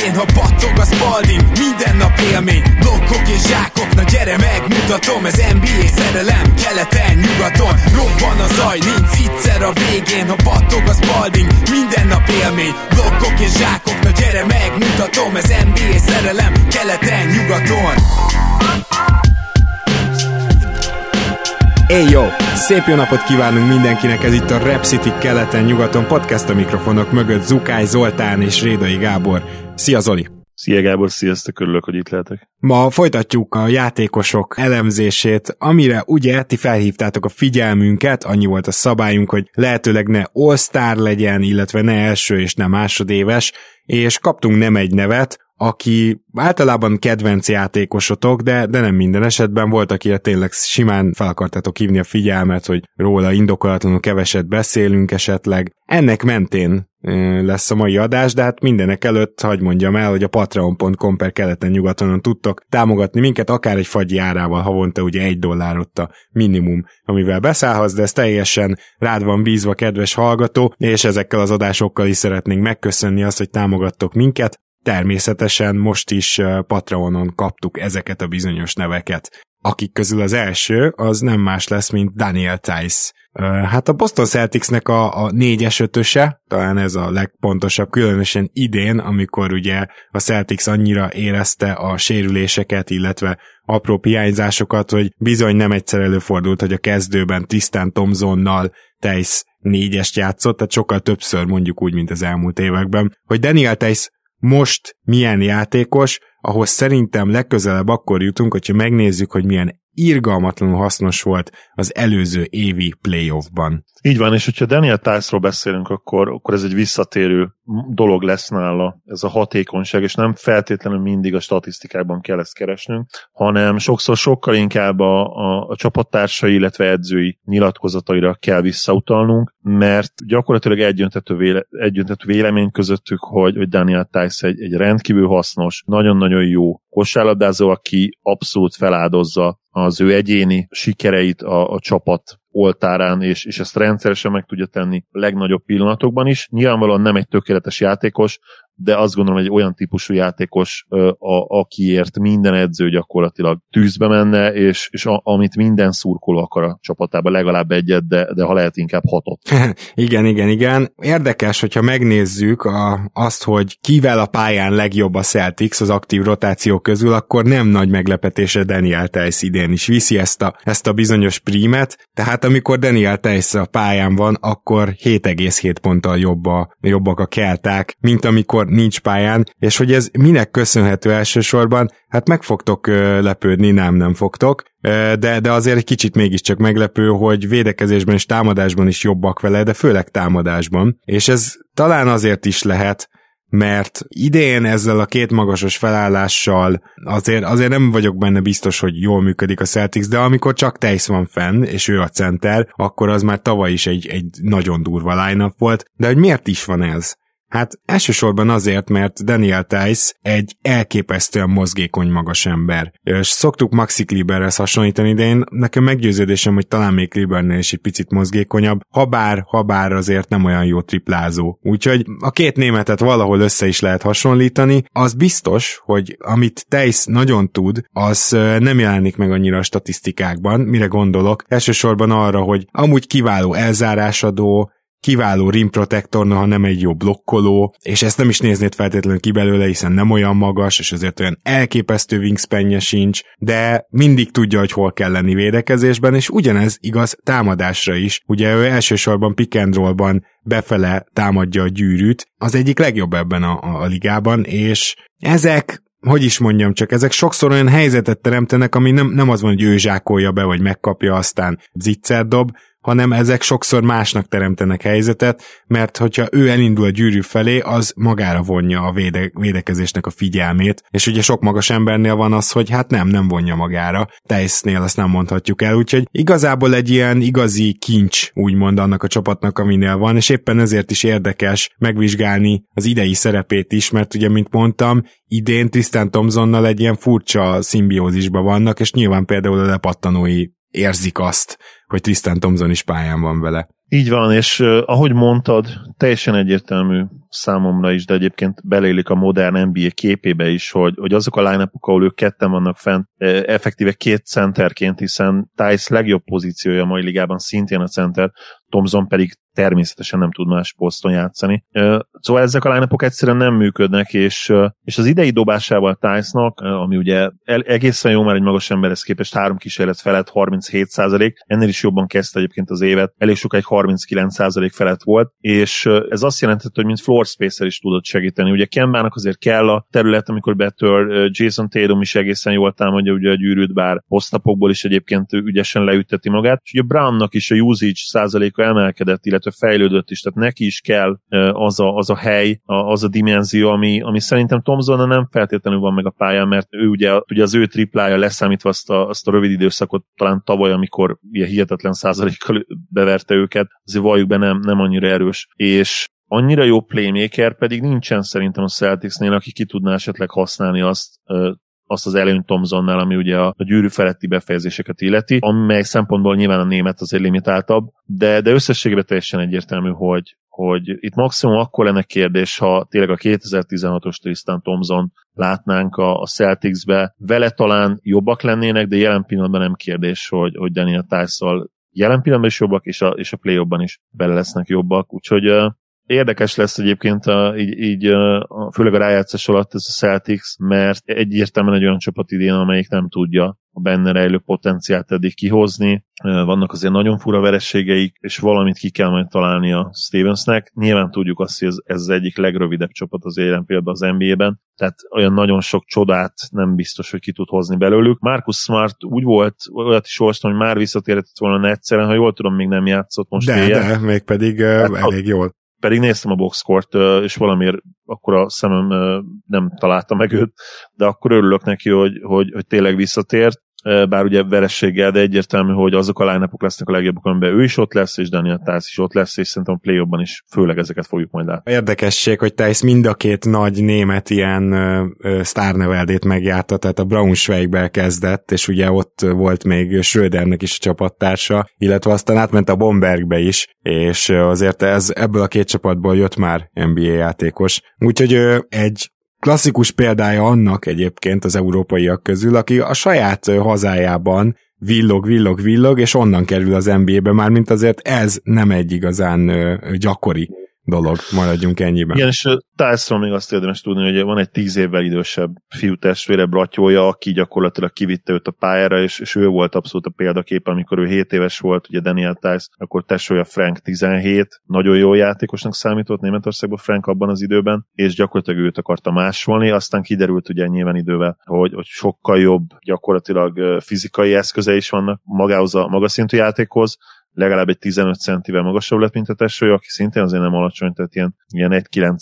végén, ha battog a Spalding, minden nap élmény, blokkok és zsákok, na gyere megmutatom, ez NBA szerelem, keleten, nyugaton, robban a zaj, nincs viccer a végén, ha battog a Spalding, minden nap élmény, blokkok és zsákok, na gyere megmutatom, ez NBA szerelem, keleten, nyugaton. Jó! Szép jó napot kívánunk mindenkinek, ez itt a Rap City keleten-nyugaton podcast, a mikrofonok mögött Zukály Zoltán és Rédai Gábor. Szia Zoli! Szia Gábor, sziasztok, örülök, hogy itt lehetek. Ma folytatjuk a játékosok elemzését, amire ugye ti felhívtátok a figyelmünket, annyi volt a szabályunk, hogy lehetőleg ne all-star legyen, illetve ne első és ne másodéves, és kaptunk nem egy nevet, aki általában kedvenc játékosotok, de nem minden esetben volt, akire tényleg simán fel akartátok hívni a figyelmet, hogy róla indokolatlanul keveset beszélünk esetleg. Ennek mentén lesz a mai adás, de hát mindenek előtt hadd mondjam el, hogy a patreon.com/keleten-nyugatonon tudtok támogatni minket, akár egy fagyi árával, havonta ugye $1 a minimum, amivel beszállhatsz, de ez teljesen rád van bízva, kedves hallgató, és ezekkel az adásokkal is szeretnénk megköszönni azt, hogy támogattok minket. Természetesen most is Patreonon kaptuk ezeket a bizonyos neveket, akik közül az első az nem más lesz, mint Daniel Theis. Hát a Boston Celticsnek a 4-5-öse, talán ez a legpontosabb, különösen idén, amikor ugye a Celtics annyira érezte a sérüléseket, illetve apró hiányzásokat, hogy bizony nem egyszer előfordult, hogy a kezdőben Tristan Thompsonnal Theis 4-est játszott, tehát sokkal többször mondjuk úgy, mint az elmúlt években, hogy Daniel Theis most milyen játékos, ahhoz szerintem legközelebb akkor jutunk, hogyha megnézzük, hogy milyen irgalmatlanul hasznos volt az előző évi playoffban. Így van, és hogyha Daniel Theisról beszélünk, akkor ez egy visszatérő dolog lesz nála, ez a hatékonyság, és nem feltétlenül mindig a statisztikákban kell ezt keresnünk, hanem sokkal inkább a csapattársai, illetve edzői nyilatkozataira kell visszautalnunk, mert gyakorlatilag egyöntető vélemény közöttük, hogy Daniel Theis egy rendkívül hasznos, nagyon-nagyon jó kosárlabdázó, aki abszolút feláldozza az ő egyéni sikereit a csapat oltárán, és ezt rendszeresen meg tudja tenni a legnagyobb pillanatokban is. Nyilvánvalóan nem egy tökéletes játékos, de azt gondolom, hogy egy olyan típusú játékos, akiért minden edző gyakorlatilag tűzbe menne, és amit minden szurkoló akar a csapatában, legalább egyet, de ha lehet inkább 6-ot. Igen. Érdekes, hogyha megnézzük azt, hogy kivel a pályán legjobb a Celtics az aktív rotáció közül, akkor nem nagy meglepetésre Daniel Theis idén is viszi ezt a bizonyos prímet, tehát amikor Daniel Theis a pályán van, akkor 7,7 ponttal jobbak a kelták, mint amikor nincs pályán, és hogy ez minek köszönhető elsősorban, hát meg fogtok lepődni, nem fogtok, de azért egy kicsit mégiscsak meglepő, hogy védekezésben és támadásban is jobbak vele, de főleg támadásban, és ez talán azért is lehet, mert idén ezzel a két magasos felállással azért nem vagyok benne biztos, hogy jól működik a Celtics, de amikor csak Theis van fenn, és ő a center, akkor az már tavaly is egy nagyon durva line-up volt, de hogy miért is van ez? Hát elsősorban azért, mert Daniel Theis egy elképesztően mozgékony magas ember. És szoktuk Maxi Kleberhez hasonlítani, de én nekem meggyőződésem, hogy talán még Klebernél is egy picit mozgékonyabb, habár azért nem olyan jó triplázó. Úgyhogy a két németet valahol össze is lehet hasonlítani. Az biztos, hogy amit Theis nagyon tud, az nem jelenik meg annyira a statisztikákban. Mire gondolok? Elsősorban arra, hogy amúgy kiváló elzárásadó, kiváló rim protector, ha nem egy jó blokkoló, és ezt nem is néznéd feltétlenül ki belőle, hiszen nem olyan magas, és azért olyan elképesztő wingspanje sincs, de mindig tudja, hogy hol kell lenni védekezésben, és ugyanez igaz támadásra is. Ugye ő elsősorban pick and rollban befele támadja a gyűrűt, az egyik legjobb ebben a ligában, és ezek hogy is mondjam csak, ezek sokszor olyan helyzetet teremtenek, ami nem az van, hogy ő zsákolja be, vagy megkapja, aztán zicser dob, hanem ezek sokszor másnak teremtenek helyzetet, mert hogyha ő elindul a gyűrű felé, az magára vonja a védekezésnek a figyelmét, és ugye sok magas embernél van az, hogy hát nem vonja magára, Theisnél azt nem mondhatjuk el, úgyhogy igazából egy ilyen igazi kincs, úgymond annak a csapatnak, aminél van, és éppen ezért is érdekes megvizsgálni az idei szerepét is, mert ugye, mint mondtam, idén Tristan Thompsonnal egy ilyen furcsa szimbiózisban vannak, és nyilván például a lepattanói érzik azt, hogy Tristan Thompson is pályán van vele. Így van, és ahogy mondtad, teljesen egyértelmű számomra is, de egyébként belélik a modern NBA képébe is, hogy azok a line-upok, ahol ők ketten vannak fent, effektíve két centerként, hiszen Tice legjobb pozíciója a mai ligában szintén a center, Thompson pedig természetesen nem tud más poszton játszani. Szóval ezek a line-upok egyszerűen nem működnek, és az idei dobásával Tice-nak, ami ugye egészen jó már egy magas emberhez képest 3 kísérlet felett 37%, ennél is jobban kezdte egyébként az évet, elég sokáig 39% felett volt, és ez azt jelentett, hogy mint floor spacer is tudott segíteni. Ugye Kembának azért kell a terület, amikor betör, Jason Tatum is egészen jól támadja ugye a gyűrűt, bár posztapokból is egyébként ügyesen leütteti magát, és ugye Brownnak is a usage százaléka emelkedett, illetve fejlődött is, tehát neki is kell az a hely, az a dimenzió, ami szerintem Thompsonnal nem feltétlenül van meg a pályán, mert ő ugye az ő triplája leszámítva azt a rövid időszakot talán tavaly, amikor ilyen hihetetlen százalékkal beverte őket, azért valljuk be nem annyira erős, és annyira jó playmaker pedig nincsen szerintem a Celticsnél, aki ki tudná esetleg használni azt az előnyt Thompsonnál, ami ugye a gyűrű feletti befejezéseket illeti, amely szempontból nyilván a német azért limitáltabb, de összességében teljesen egyértelmű, hogy itt maximum akkor lenne kérdés, ha tényleg a 2016-os Tristan Thompson látnánk a Celticsbe, vele talán jobbak lennének, de jelen pillanatban nem kérdés, hogy Daniel Tice-szal jelen pillanatban is jobbak, és a play-offban is bele lesznek jobbak, úgyhogy érdekes lesz egyébként főleg a rájátszás alatt ez a Celtics, mert egyértelműen egy olyan csapat idén, amelyik nem tudja a benne rejlő potenciált eddig kihozni. Vannak azért nagyon fura vereségeik, és valamit ki kell majd találni a Stevensnek. Nyilván tudjuk azt, hogy ez az egyik legrövidebb csapat az jelen pillanatban az NBA-ben, tehát olyan nagyon sok csodát nem biztos, hogy ki tud hozni belőlük. Marcus Smart úgy volt, olyat is olvastam, hogy már visszatérhetett volna egyszerűen, ha jól tudom, még nem játszott most. De mégpedig elég jól. Pedig néztem a boxscore-t, és valamiért akkor a szemem nem találta meg őt, de akkor örülök neki, hogy tényleg visszatért, bár ugye verességgel, de egyértelmű, hogy azok a line-upok lesznek a legjobbak, amiben ő is ott lesz, és Daniel Tice is ott lesz, és szerintem a play-offban is főleg ezeket fogjuk majd látni. Érdekesség, hogy Tice mind a két nagy német ilyen sztárneveldét megjárta, tehát a Braunschweigbe kezdett, és ugye ott volt még Schrödernek is a csapattársa, illetve aztán átment a Bombergbe is, és azért ebből a két csapatból jött már NBA játékos. Úgyhogy egy klasszikus példája annak egyébként az európaiak közül, aki a saját hazájában villog, és onnan kerül az NBA-be, mármint azért ez nem egy igazán gyakori dolog, maradjunk ennyiben. Igen, és Tice-ról még azt érdemes tudni, hogy van egy 10 évvel idősebb fiútestvére, bratyója, aki gyakorlatilag kivitte őt a pályára, és ő volt abszolút a példakép, amikor ő 7 éves volt, ugye Daniel Tice, akkor tesója Frank 17, nagyon jó játékosnak számított Németországban Frank abban az időben, és gyakorlatilag őt akarta másolni, aztán kiderült ugye nyilván idővel, hogy sokkal jobb gyakorlatilag fizikai eszköze is vannak magához a magaszintű játékhoz, legalább egy 15 centivel magasabb lett, mint a tesója, aki szintén azért nem alacsony, tehát ilyen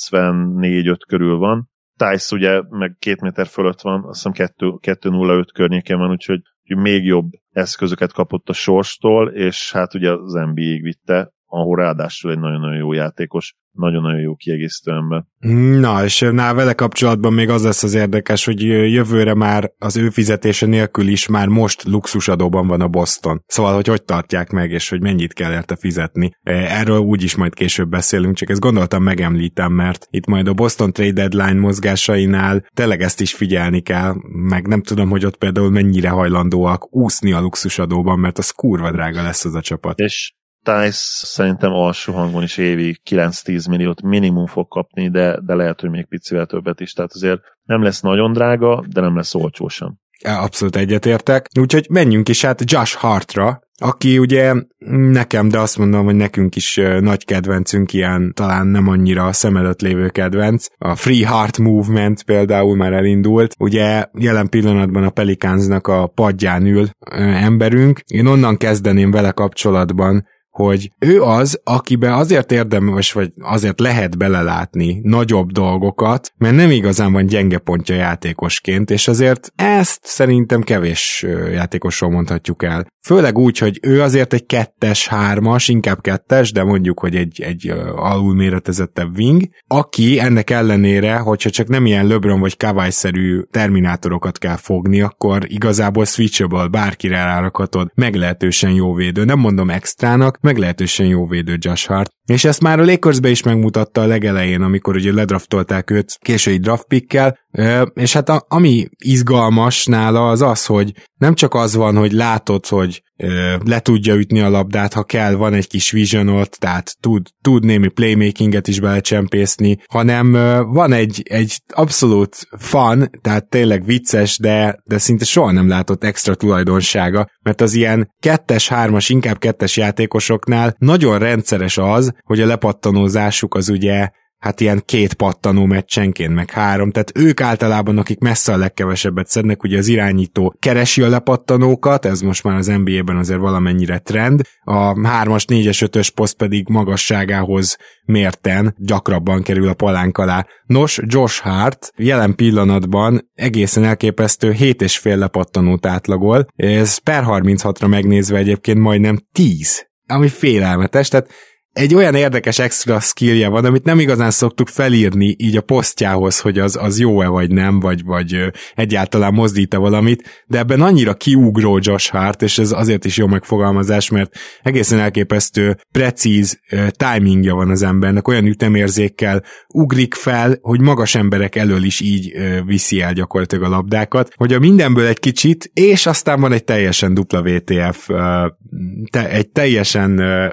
1,94-5 körül van. Tice ugye meg 2 méter fölött van, azt hiszem 2,05 környéken van, úgyhogy még jobb eszközöket kapott a sorstól, és hát ugye az NBA-ig vitte, ahol ráadásul egy nagyon-nagyon jó játékos, nagyon-nagyon jó kiegészítő ember. Na, és vele kapcsolatban még az lesz az érdekes, hogy jövőre már az ő fizetése nélkül is már most luxusadóban van a Boston. Szóval, hogy tartják meg, és hogy mennyit kell érte fizetni. Erről úgyis majd később beszélünk, csak ezt gondoltam megemlítem, mert itt majd a Boston Trade Deadline mozgásainál tényleg ezt is figyelni kell, meg nem tudom, hogy ott például mennyire hajlandóak úszni a luxusadóban, mert az kurva drága lesz az a csapat. És Tice szerintem alsó hangon is évi 9-10 milliót minimum fog kapni, de lehet, hogy még picivel többet is. Tehát azért nem lesz nagyon drága, de nem lesz olcsó sem. Abszolút egyetértek. Úgyhogy menjünk is át Josh Hartra, aki ugye nekem, de azt mondom, hogy nekünk is nagy kedvencünk, ilyen talán nem annyira a szem előtt lévő kedvenc. A Free Heart Movement például már elindult. Ugye jelen pillanatban a Pelicansnak a padján ül emberünk. Én onnan kezdeném vele kapcsolatban, hogy ő az, akiben azért érdemes, vagy azért lehet belelátni nagyobb dolgokat, mert nem igazán van gyenge pontja játékosként, és azért ezt szerintem kevés játékosról mondhatjuk el. Főleg úgy, hogy ő azért egy 2-es, 3-as, inkább 2-es, de mondjuk, hogy egy alulméretezettebb wing, aki ennek ellenére, hogyha csak nem ilyen LeBron vagy Kawhi-szerű terminátorokat kell fogni, akkor igazából switchable, bárkire rárakhatod, meglehetősen jó védő. Nem mondom extrának, meglehetősen jó védő Josh Hart. És ezt már a Lakersbe is megmutatta a legelején, amikor ugye ledraftolták őt késői draftpickkel, és hát ami izgalmas nála az az, hogy nem csak az van, hogy látod, hogy le tudja ütni a labdát, ha kell, van egy kis visionot, tehát tud némi playmakinget is belecsempészni, hanem van egy abszolút fun, tehát tényleg vicces, de szinte soha nem látott extra tulajdonsága, mert az ilyen 2-es, 3-as, inkább 2-es játékosoknál nagyon rendszeres az, hogy a lepattanózásuk az ugye hát ilyen 2 pattanó meccsenként, meg 3, tehát ők általában, akik messze a legkevesebbet szednek, ugye az irányító keresi a lepattanókat, ez most már az NBA-ben azért valamennyire trend, a 3-as, 4-es, 5-ös poszt pedig magasságához mérten gyakrabban kerül a palánk alá. Nos, Josh Hart jelen pillanatban egészen elképesztő 7,5 lepattanót átlagol, ez per 36-ra megnézve egyébként majdnem 10, ami félelmetes, tehát egy olyan érdekes extra skillje van, amit nem igazán szoktuk felírni így a posztjához, hogy az jó-e vagy nem, vagy egyáltalán mozdít-e valamit, de ebben annyira kiugró Josh Hart, és ez azért is jó megfogalmazás, mert egészen elképesztő, precíz timingja van az embernek, olyan ütemérzékkel ugrik fel, hogy magas emberek elől is így viszi el gyakorlatilag a labdákat, hogy a mindenből egy kicsit, és aztán van egy teljesen dupla WTF, egy teljesen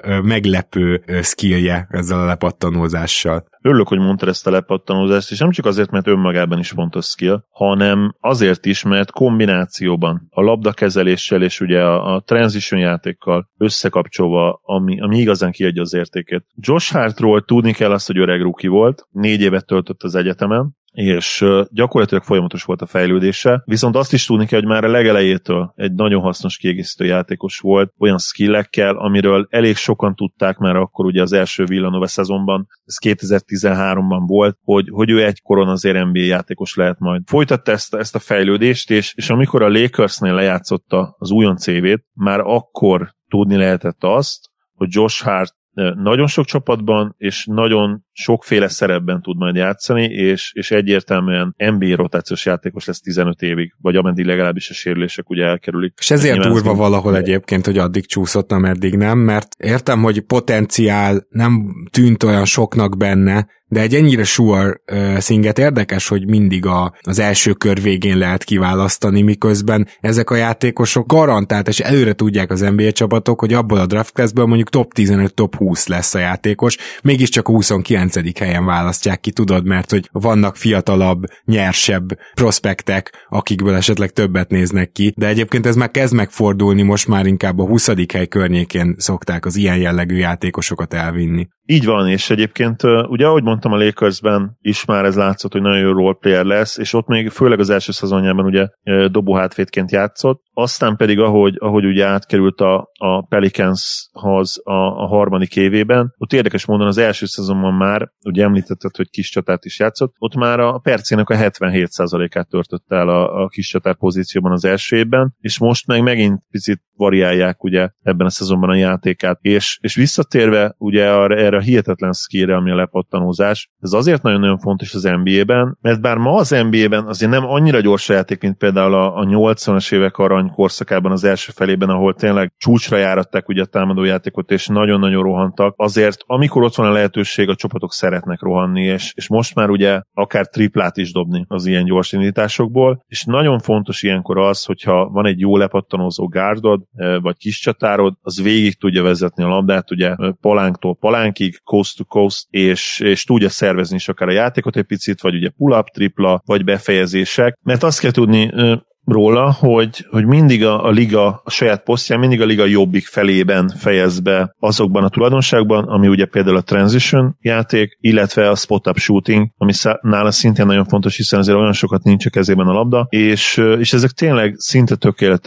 meglepő skillje ezzel a lepattanózással. Örülök, hogy mondtad ezt a lepattanózást, és nem csak azért, mert önmagában is fontos skill, hanem azért is, mert kombinációban a labdakezeléssel és ugye a transition játékkal összekapcsolva, ami igazán kiadja az értékét. Josh Hartról tudni kell azt, hogy öreg rookie volt, 4 évet töltött az egyetemen, és gyakorlatilag folyamatos volt a fejlődése, viszont azt is tudni kell, hogy már a legelejétől egy nagyon hasznos kiegészítő játékos volt, olyan skillekkel, amiről elég sokan tudták már akkor ugye az első Villanova szezonban, ez 2013-ban volt, hogy ő egykoron azért NBA játékos lehet majd. Folytatta ezt a fejlődést, és amikor a Lakersnél lejátszotta az újonc évét, már akkor tudni lehetett azt, hogy Josh Hart nagyon sok csapatban, és nagyon sokféle szerepben tud majd játszani, és egyértelműen NBA rotációs játékos lesz 15 évig, vagy ameddig legalábbis a sérülések ugye elkerülik. És ezért durva valahol egyébként, hogy addig csúszott, ameddig nem, mert értem, hogy potenciál nem tűnt olyan soknak benne, de egy ennyire sure szinget érdekes, hogy mindig az első kör végén lehet kiválasztani, miközben ezek a játékosok garantált, és előre tudják az NBA csapatok, hogy abból a draft classből mondjuk top 15, top 20 lesz a játékos, mégiscsak a 29. helyen választják ki, tudod, mert hogy vannak fiatalabb, nyersebb prospektek, akikből esetleg többet néznek ki, de egyébként ez már kezd megfordulni, most már inkább a 20. hely környékén szokták az ilyen jellegű játékosokat elvinni. Így van, és egyébként ugye ahogy mondtam, a Lakersben is már ez látszott, hogy nagyon jó roleplayer lesz, és ott még főleg az első szezonjában ugye dobóhátvédként játszott, aztán pedig ahogy ugye átkerült a Pelicanshoz a harmadik évében, ott érdekes módon az első szezonban már, ugye említetted, hogy kis csatát is játszott, ott már a percének a 77%-át törtött el a kis csatár pozícióban az első évben, és most megint picit variálják ugye ebben a szezonban a játékát, és visszatérve ugye erre a hihetetlen skillre, ami a lepattanózás, ez azért nagyon-nagyon fontos az NBA-ben, mert bár ma az NBA-ben azért nem annyira gyors a játék, mint például a 80-as évek arany korszakában az első felében, ahol tényleg csúcsra járatták ugye a támadójátékot, és nagyon-nagyon rohantak, azért amikor ott van a lehetőség, a csapatok szeretnek rohanni, és most már ugye akár triplát is dobni az ilyen gyors indításokból, és nagyon fontos ilyenkor az, hogyha van egy jó lepattanózó gárdod, vagy kis csatárod, az végig tudja vezetni a labdát, ugye palánktól palánkig, coast to coast, és tudja szervezni is akár a játékot egy picit, vagy ugye pull-up, tripla, vagy befejezések, mert azt kell tudni róla, hogy mindig a liga a saját posztján, mindig a liga jobbik felében fejez be azokban a tulajdonságban, ami ugye például a transition játék, illetve a spot-up shooting, ami nála szintén nagyon fontos, hiszen azért olyan sokat nincs a kezében a labda, és ezek tényleg szinte tökéletes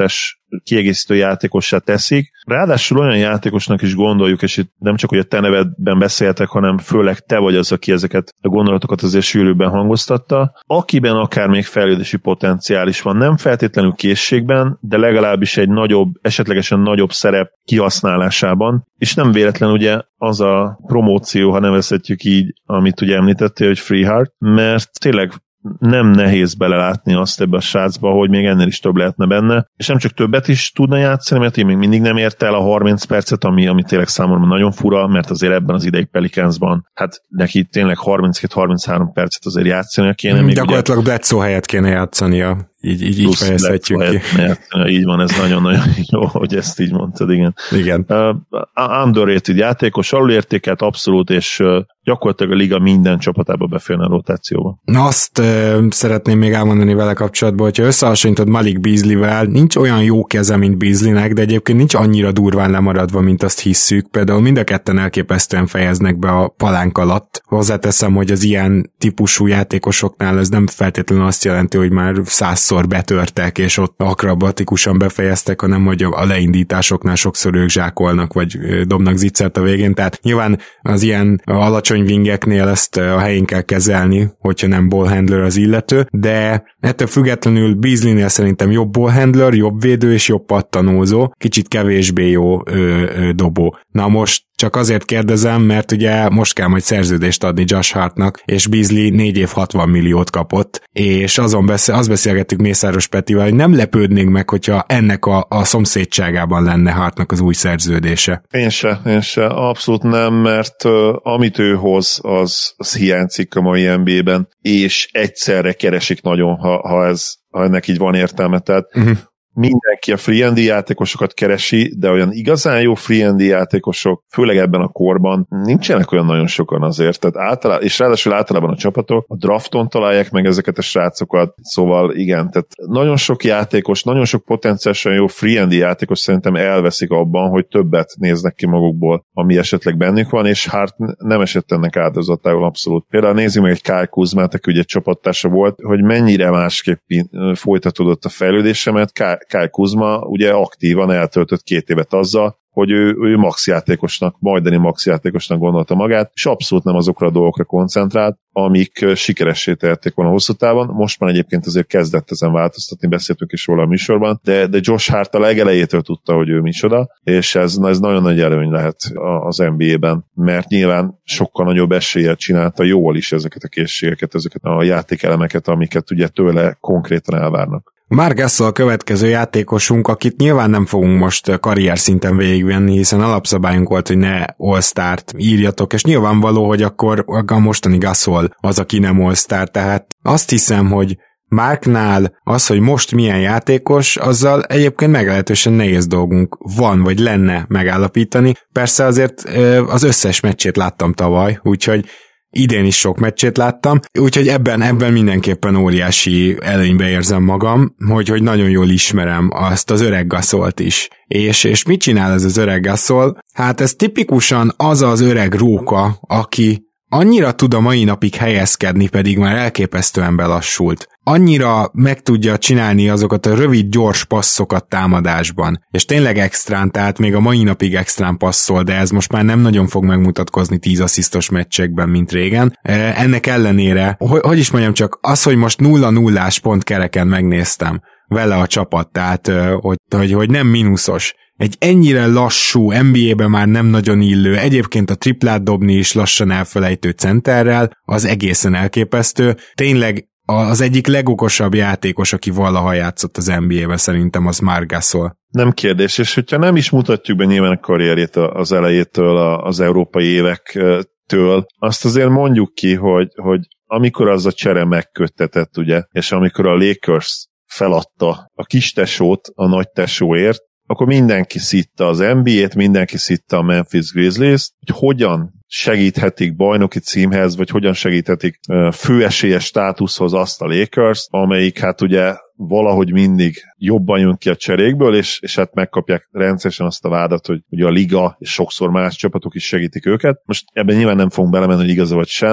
kiegészítő játékossá teszik. Ráadásul olyan játékosnak is gondoljuk, és itt nem csak, hogy a te nevedben beszéltek, hanem főleg te vagy az, aki ezeket a gondolatokat azért sűrűbben hangoztatta, akiben akár még fejlődési potenciál is van, nem feltétlenül készségben, de legalábbis egy nagyobb, esetlegesen nagyobb szerep kihasználásában, és nem véletlen ugye az a promóció, ha nevezhetjük így, amit ugye említettél, hogy Free Heart, mert tényleg nem nehéz belelátni azt ebbe a srácba, hogy még ennél is több lehetne benne, és nem csak többet is tudna játszani, mert én még mindig nem érte el a 30 percet, ami tényleg számomra nagyon fura, mert azért ebben az ideig Pelicansban, hát neki tényleg 32-33 percet azért játszani kéne. Gyakorlatilag Bledsoe helyett kéne játszania. Így fejezhetjük ki. Így van, ez nagyon-nagyon jó, hogy ezt így mondtad, igen. Igen. Underrated játékos, alulértékelt abszolút, és gyakorlatilag a liga minden csapatába beférne a rotációba. Na azt szeretném még elmondani vele kapcsolatban, hogyha összehasonlítod Malik Beasley-vel, nincs olyan jó keze, mint Beasleynek, de egyébként nincs annyira durván lemaradva, mint azt hisszük. Például mind a ketten elképesztően fejeznek be a palánk alatt. Hozzáteszem, hogy az ilyen típusú játékosoknál ez nem feltétlenül azt jelenti, hogy már 100-szor betörtek, és ott akrobatikusan befejeztek, hanem hogy a leindításoknál sokszor ők zsákolnak, vagy dobnak zicsert a végén. Tehát nyilván az ilyen alacsony wingeknél ezt a helyén kell kezelni, hogyha nem ballhandler az illető, de ettől függetlenül Beasleynél szerintem jobb ballhandler, jobb védő és jobb pattanózó, kicsit kevésbé jó dobó. Na most csak azért kérdezem, mert ugye most kell majd szerződést adni Josh Hartnak, és Beasley 4 év 60 milliót kapott, és azt beszélgettük Mészáros Petivel, hogy nem lepődnénk meg, hogyha ennek a szomszédságában lenne Hartnak az új szerződése. Én se, abszolút nem, mert amit ő hoz, az hiányzik a mai NBA-ben, és egyszerre keresik nagyon, ha ennek így van értelme. Tehát mindenki a free and játékosokat keresi, de olyan igazán jó free and játékosok, főleg ebben a korban nincsenek olyan nagyon sokan azért, tehát és ráadásul általában a csapatok a drafton találják meg ezeket a srácokat, szóval igen, tehát nagyon sok játékos, nagyon sok potenciálisan jó free and játékos szerintem elveszik abban, hogy többet néznek ki magukból, ami esetleg bennük van, és Hart nem esett ennek áldozatául abszolút. Például nézzük meg egy Kyle Kuzmát, aki ugye csapattársa volt, hogy mennyire másképp folytatódott a fejlődésemet. Kyle Kuzma ugye aktívan eltöltött 2 évet azzal, hogy ő maxjátékosnak, majdani maxjátékosnak gondolta magát, és abszolút nem azokra a dolgokra koncentrált, amik sikeressé tehették volna hosszú távon. Most már egyébként azért kezdett ezen változtatni, beszéltünk is róla a műsorban, de Josh Hart a legelejétől tudta, hogy ő micsoda, és ez nagyon nagy előny lehet az NBA-ben, mert nyilván sokkal nagyobb eséllyel csinálta jól is ezeket a készségeket, ezeket a játékelemeket, amiket ugye tőle konkrétan elvárnak. Marc Gasol a következő játékosunk, akit nyilván nem fogunk most karrier szinten végigvenni, hiszen alapszabályunk volt, hogy ne All-Start írjatok, és nyilvánvaló, hogy akkor a mostani Gasol az, aki nem All-Star, tehát azt hiszem, hogy Marknál az, hogy most milyen játékos, azzal egyébként meglehetősen nehéz dolgunk van, vagy lenne megállapítani. Persze azért az összes meccsét láttam tavaly, úgyhogy idén is sok meccsét láttam, úgyhogy ebben mindenképpen óriási előnybe érzem magam, hogy nagyon jól ismerem azt az öreg Gasolt is. És mit csinál ez az öreg Gasol? Hát ez tipikusan az öreg róka, aki annyira tud a mai napig helyezkedni, pedig már elképesztően belassult. Annyira meg tudja csinálni azokat a rövid, gyors passzokat támadásban, és tényleg extrán, tehát még a mai napig extrán passzol, de ez most már nem nagyon fog megmutatkozni 10 asszisztos meccsekben, mint régen. Ennek ellenére, hogy is mondjam csak, az, hogy most 0-0-ás pont kereken megnéztem vele a csapat, tehát hogy nem mínuszos, egy ennyire lassú, NBA-ben már nem nagyon illő, egyébként a triplát dobni is lassan elfelejtő centerrel, az egészen elképesztő. Tényleg az egyik legokosabb játékos, aki valaha játszott az NBA-ben, szerintem az Marc Gasol. Nem kérdés, és hogyha nem is mutatjuk be nyilván a karrierjét az elejétől, az európai évektől, azt azért mondjuk ki, hogy amikor az a csere megköttetett, ugye, és amikor a Lakers feladta a kis tesót a nagy tesóért, akkor mindenki szitta az NBA-t, mindenki szitta a Memphis Grizzlies, hogy hogyan segíthetik bajnoki címhez, vagy hogyan segíthetik főesélyes státuszhoz azt a Lakers, amelyik hát ugye valahogy mindig jobban jön ki a cserékből, és hát megkapják rendszeresen azt a vádat, hogy ugye a liga és sokszor más csapatok is segítik őket. Most ebben nyilván nem fogunk belemenni, hogy igaza vagy sem.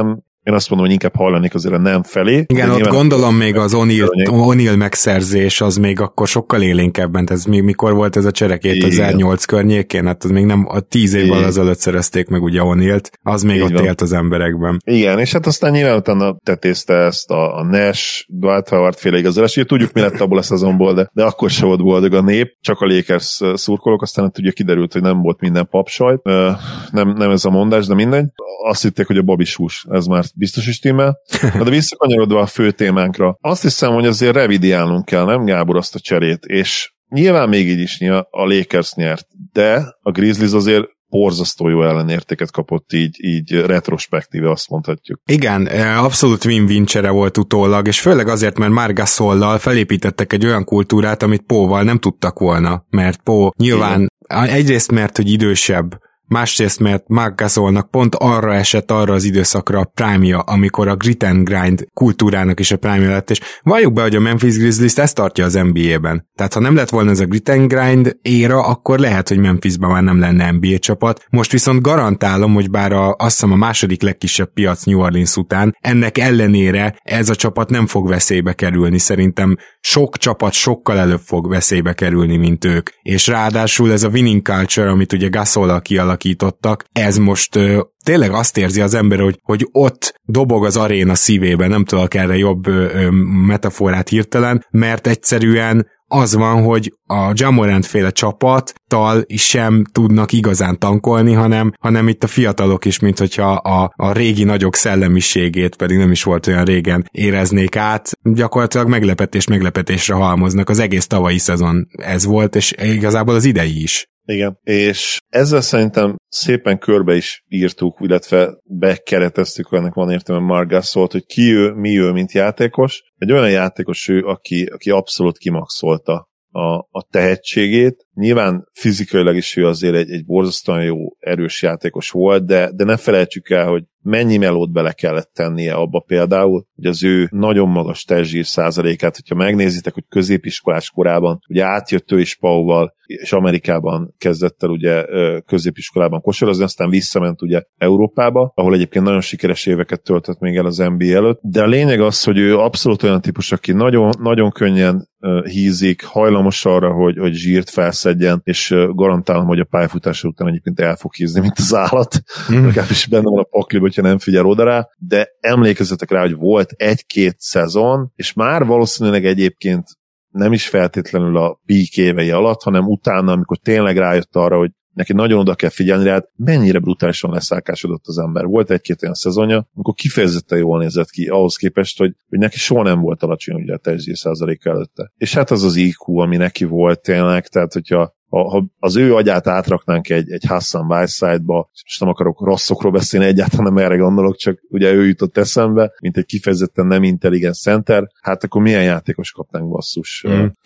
Én azt mondom, hogy inkább hajlanék azért a nem felé. Igen, ott gondolom még az O'Neal megszerzés, az még akkor sokkal élénkebben, ez mikor volt ez a csere 2008 környékén, hát az még nem a 10 évvel azelőtt szerezték meg ugye O'Nealt, az még ott élt az emberekben. Igen, és hát aztán nyilván utána tetézte ezt a Nash, Dwight Howard féle igazolás, tudjuk mi lett abból a szezonból, de akkor se volt boldog a nép, csak a Lakers szurkolók, aztán ugye kiderült, hogy nem volt minden papsajt, nem ez a mondás, de mindegy. Azt hitték, hogy a babis hús, ez már biztos is stimmel. De visszakanyarodva a fő témánkra, azt hiszem, hogy azért revidiálnunk kell, nem Gábor, azt a cserét, és nyilván még így is a Lakers nyert, de a Grizzlies azért borzasztó jó ellenértéket kapott így retrospektíve, azt mondhatjuk. Igen, abszolút win-win csere volt utólag, és főleg azért, mert Marc Gasollal felépítettek egy olyan kultúrát, amit Póval nem tudtak volna, mert Pó nyilván egyrészt mert, hogy idősebb, másrészt mert Marc Gasolnak pont arra esett arra az időszakra a prime-ja, amikor a grit and grind kultúrának is a prime-ja lett, és valljuk be, hogy a Memphis Grizzlies ezt tartja az NBA-ben. Tehát ha nem lett volna ez a grit and grind éra, akkor lehet, hogy Memphisben már nem lenne NBA csapat. Most viszont garantálom, hogy bár azt hiszem a második legkisebb piac New Orleans után, ennek ellenére ez a csapat nem fog veszélybe kerülni. Szerintem sok csapat sokkal előbb fog veszélybe kerülni, mint ők. És ráadásul ez a winning culture, amit ugye Gasollal kialakítottak, ez most tényleg azt érzi az ember, hogy ott dobog az aréna szívében, nem tudok erre jobb metaforát hirtelen, mert egyszerűen az van, hogy a Ja Morant féle csapattal sem tudnak igazán tankolni, hanem itt a fiatalok is, mint hogyha a régi nagyok szellemiségét, pedig nem is volt olyan régen, éreznék át, gyakorlatilag meglepetésre halmoznak. Az egész tavalyi szezon ez volt, és igazából az idei is. Igen, és ezzel szerintem szépen körbe is írtuk, illetve bekereteztük, ennek van értelme Marc Gasolt, hogy ki ő, mi ő, mint játékos. Egy olyan játékos ő, aki abszolút kimaxolta a tehetségét. Nyilván fizikailag is ő azért egy borzasztóan jó, erős játékos volt, de ne felejtsük el, hogy mennyi melót bele kellett tennie abba például, hogy az ő nagyon magas testzsír százalékát, hogyha megnézitek, hogy középiskolás korában, ugye átjött ő is Pauval, és Amerikában kezdett el ugye középiskolában kosarazni, aztán visszament ugye Európába, ahol egyébként nagyon sikeres éveket töltött még el az NBA előtt, de a lényeg az, hogy ő abszolút olyan típus, aki nagyon, nagyon könnyen hízik, hajlamos arra, hogy zsírt felszedjen, és garantálom, hogy a pályafutása után egyébként el fog hízni, mint az állat. Legalábbis benne van a pakliba, hogyha nem figyel oda rá, de emlékezzetek rá, hogy volt 1-2 szezon, és már valószínűleg egyébként nem is feltétlenül a peak évei alatt, hanem utána, amikor tényleg rájött arra, hogy neki nagyon oda kell figyelni rá, mennyire brutálisan leszállkásodott az ember. Volt 1-2 olyan szezonja, amikor kifejezetten jól nézett ki, ahhoz képest, hogy neki soha nem volt alacsony ugye a testzsír százaléka előtte. És hát az az IQ, ami neki volt tényleg, tehát hogyha ha az ő agyát átraknánk egy Hassan Whiteside-ba, és most nem akarok rosszokról beszélni, egyáltalán nem erre gondolok, csak ugye ő jutott eszembe, mint egy kifejezetten nem intelligens center, hát akkor milyen játékos kapnánk basszus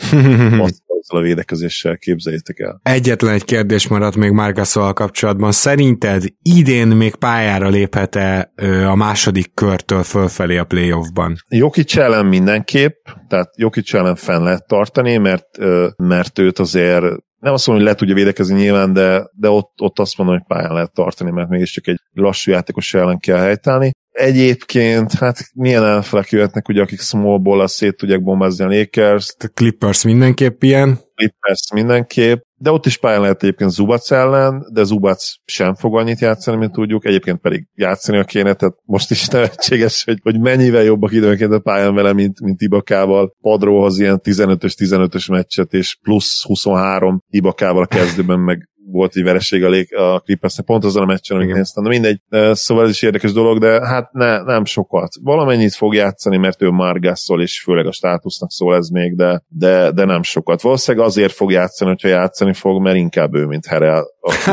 a védekezéssel, képzeljétek el. Egyetlen egy kérdés maradt még Marc Gasollal kapcsolatban. Szerinted idén még pályára léphet-e a második körtől fölfelé a playoffban? Jokic ellen mindenképp, tehát Jokic ellen fenn lehet tartani, mert őt azért nem azt mondom, hogy le tudja védekezni nyilván, de ott azt mondom, hogy pályán lehet tartani, mert mégiscsak egy lassú játékos ellen kell helytállni. Egyébként, hát milyen elfelek jöhetnek, ugye, akik small ball-al szét tudják bombázni a Lakers. A Clippers mindenképp ilyen. Clippers mindenképp, de ott is pályán lehet egyébként Zubac ellen, de Zubac sem fog annyit játszani, mint tudjuk, egyébként pedig játszani kéne, tehát most is nevetséges, hogy mennyivel jobbak időnként a pályán vele, mint Ibakával. Padróhoz ilyen 15-ös meccset, és plusz 23 Ibakával a kezdőben, meg volt egy vereség a Clippersnek, pont azon a meccsen, amit néztem, de mindegy. Szóval ez is érdekes dolog, de hát nem sokat. Valamennyit fog játszani, mert ő Marc Gasol, és főleg a státusznak szól ez még, de nem sokat. Valószínűleg azért fog játszani, hogyha játszani fog, mert inkább ő, mint Harrell.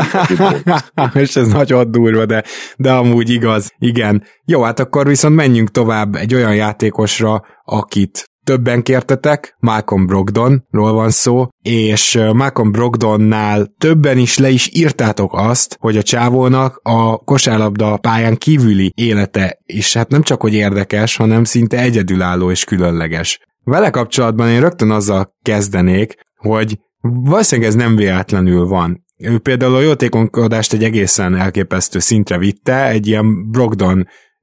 És ez nagyon durva, de amúgy igaz. Igen. Jó, hát akkor viszont menjünk tovább egy olyan játékosra, akit többen kértetek, Malcolm Brogdonról van szó, és Malcolm Brogdonnál többen is le is írtátok azt, hogy a csávónak a kosárlabda pályán kívüli élete is hát nem csak hogy érdekes, hanem szinte egyedülálló és különleges. Vele kapcsolatban én rögtön azzal kezdenék, hogy valószínűleg ez nem véletlenül van. Ő például a jótékonkodást egy egészen elképesztő szintre vitte, egy ilyen Brogdon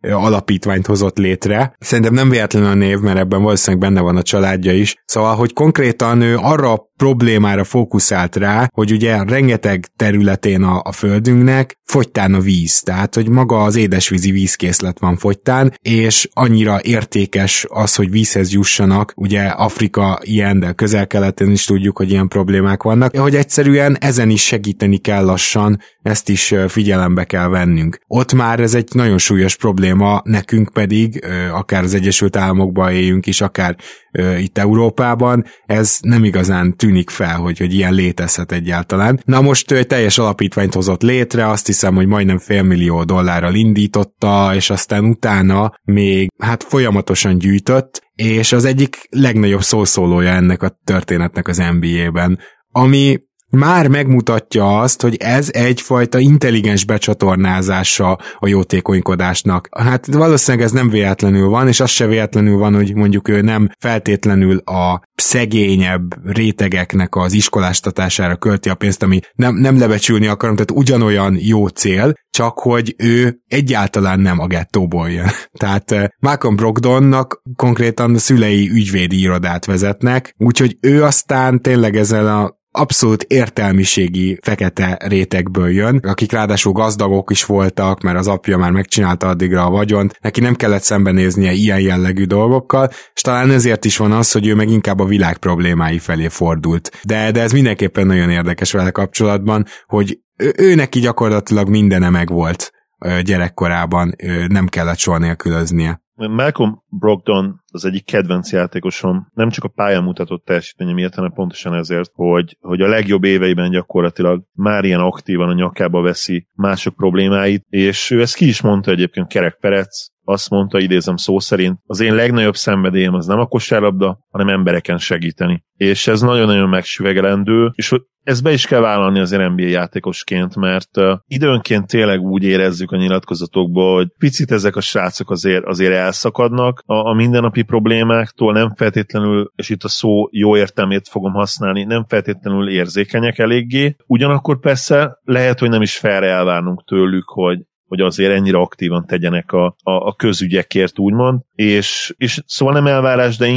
alapítványt hozott létre. Szerintem nem véletlenül a név, mert ebben valószínűleg benne van a családja is. Szóval, hogy konkrétan ő arra problémára fókuszált rá, hogy ugye rengeteg területén a földünknek fogytán a víz, tehát hogy maga az édesvízi vízkészlet van fogytán, és annyira értékes az, hogy vízhez jussanak, ugye Afrika ilyen, de Közel-Keleten is tudjuk, hogy ilyen problémák vannak, hogy egyszerűen ezen is segíteni kell lassan, ezt is figyelembe kell vennünk. Ott már ez egy nagyon súlyos probléma, nekünk pedig, akár az Egyesült Államokban éljünk is, akár itt Európában, ez nem igazán tűnik fel, hogy ilyen létezhet egyáltalán. Na most ő egy teljes alapítványt hozott létre, azt hiszem, hogy majdnem $500 millió indította, és aztán utána még folyamatosan gyűjtött, és az egyik legnagyobb szószólója ennek a történetnek az NBA-ben, ami már megmutatja azt, hogy ez egyfajta intelligens becsatornázása a jótékonykodásnak. Hát valószínűleg ez nem véletlenül van, és az se véletlenül van, hogy mondjuk ő nem feltétlenül a szegényebb rétegeknek az iskolástatására költi a pénzt, ami nem lebecsülni akarom, tehát ugyanolyan jó cél, csak hogy ő egyáltalán nem a gettóból jön. Tehát Malcolm Brogdonnak konkrétan a szülei ügyvédi irodát vezetnek, úgyhogy ő aztán tényleg ezzel a abszolút értelmiségi fekete rétegből jön, akik ráadásul gazdagok is voltak, mert az apja már megcsinálta addigra a vagyont, neki nem kellett szembenéznie ilyen jellegű dolgokkal, és talán ezért is van az, hogy ő meg inkább a világ problémái felé fordult. De ez mindenképpen nagyon érdekes vele kapcsolatban, hogy ő neki gyakorlatilag mindene megvolt gyerekkorában, nem kellett soha nélkülöznie. Malcolm Brogdon az egyik kedvenc játékosom, nem csak a pályán mutatott teljesítménye miatt, hanem pontosan ezért, hogy a legjobb éveiben gyakorlatilag már ilyen aktívan a nyakába veszi mások problémáit, és ő ezt ki is mondta egyébként, Kerek Perec, azt mondta, idézem szó szerint, az én legnagyobb szenvedélyem az nem a kosárlabda, hanem embereken segíteni. És ez nagyon-nagyon megsüvegelendő, és ezt be is kell vállalni azért NBA játékosként, mert időnként tényleg úgy érezzük a nyilatkozatokból, hogy picit ezek a srácok azért elszakadnak a mindennapi problémáktól, nem feltétlenül, és itt a szó jó értelmét fogom használni, nem feltétlenül érzékenyek eléggé. Ugyanakkor persze lehet, hogy nem is fair elvárnunk tőlük, hogy azért ennyire aktívan tegyenek a közügyekért, úgymond, és szóval nem elvárás, de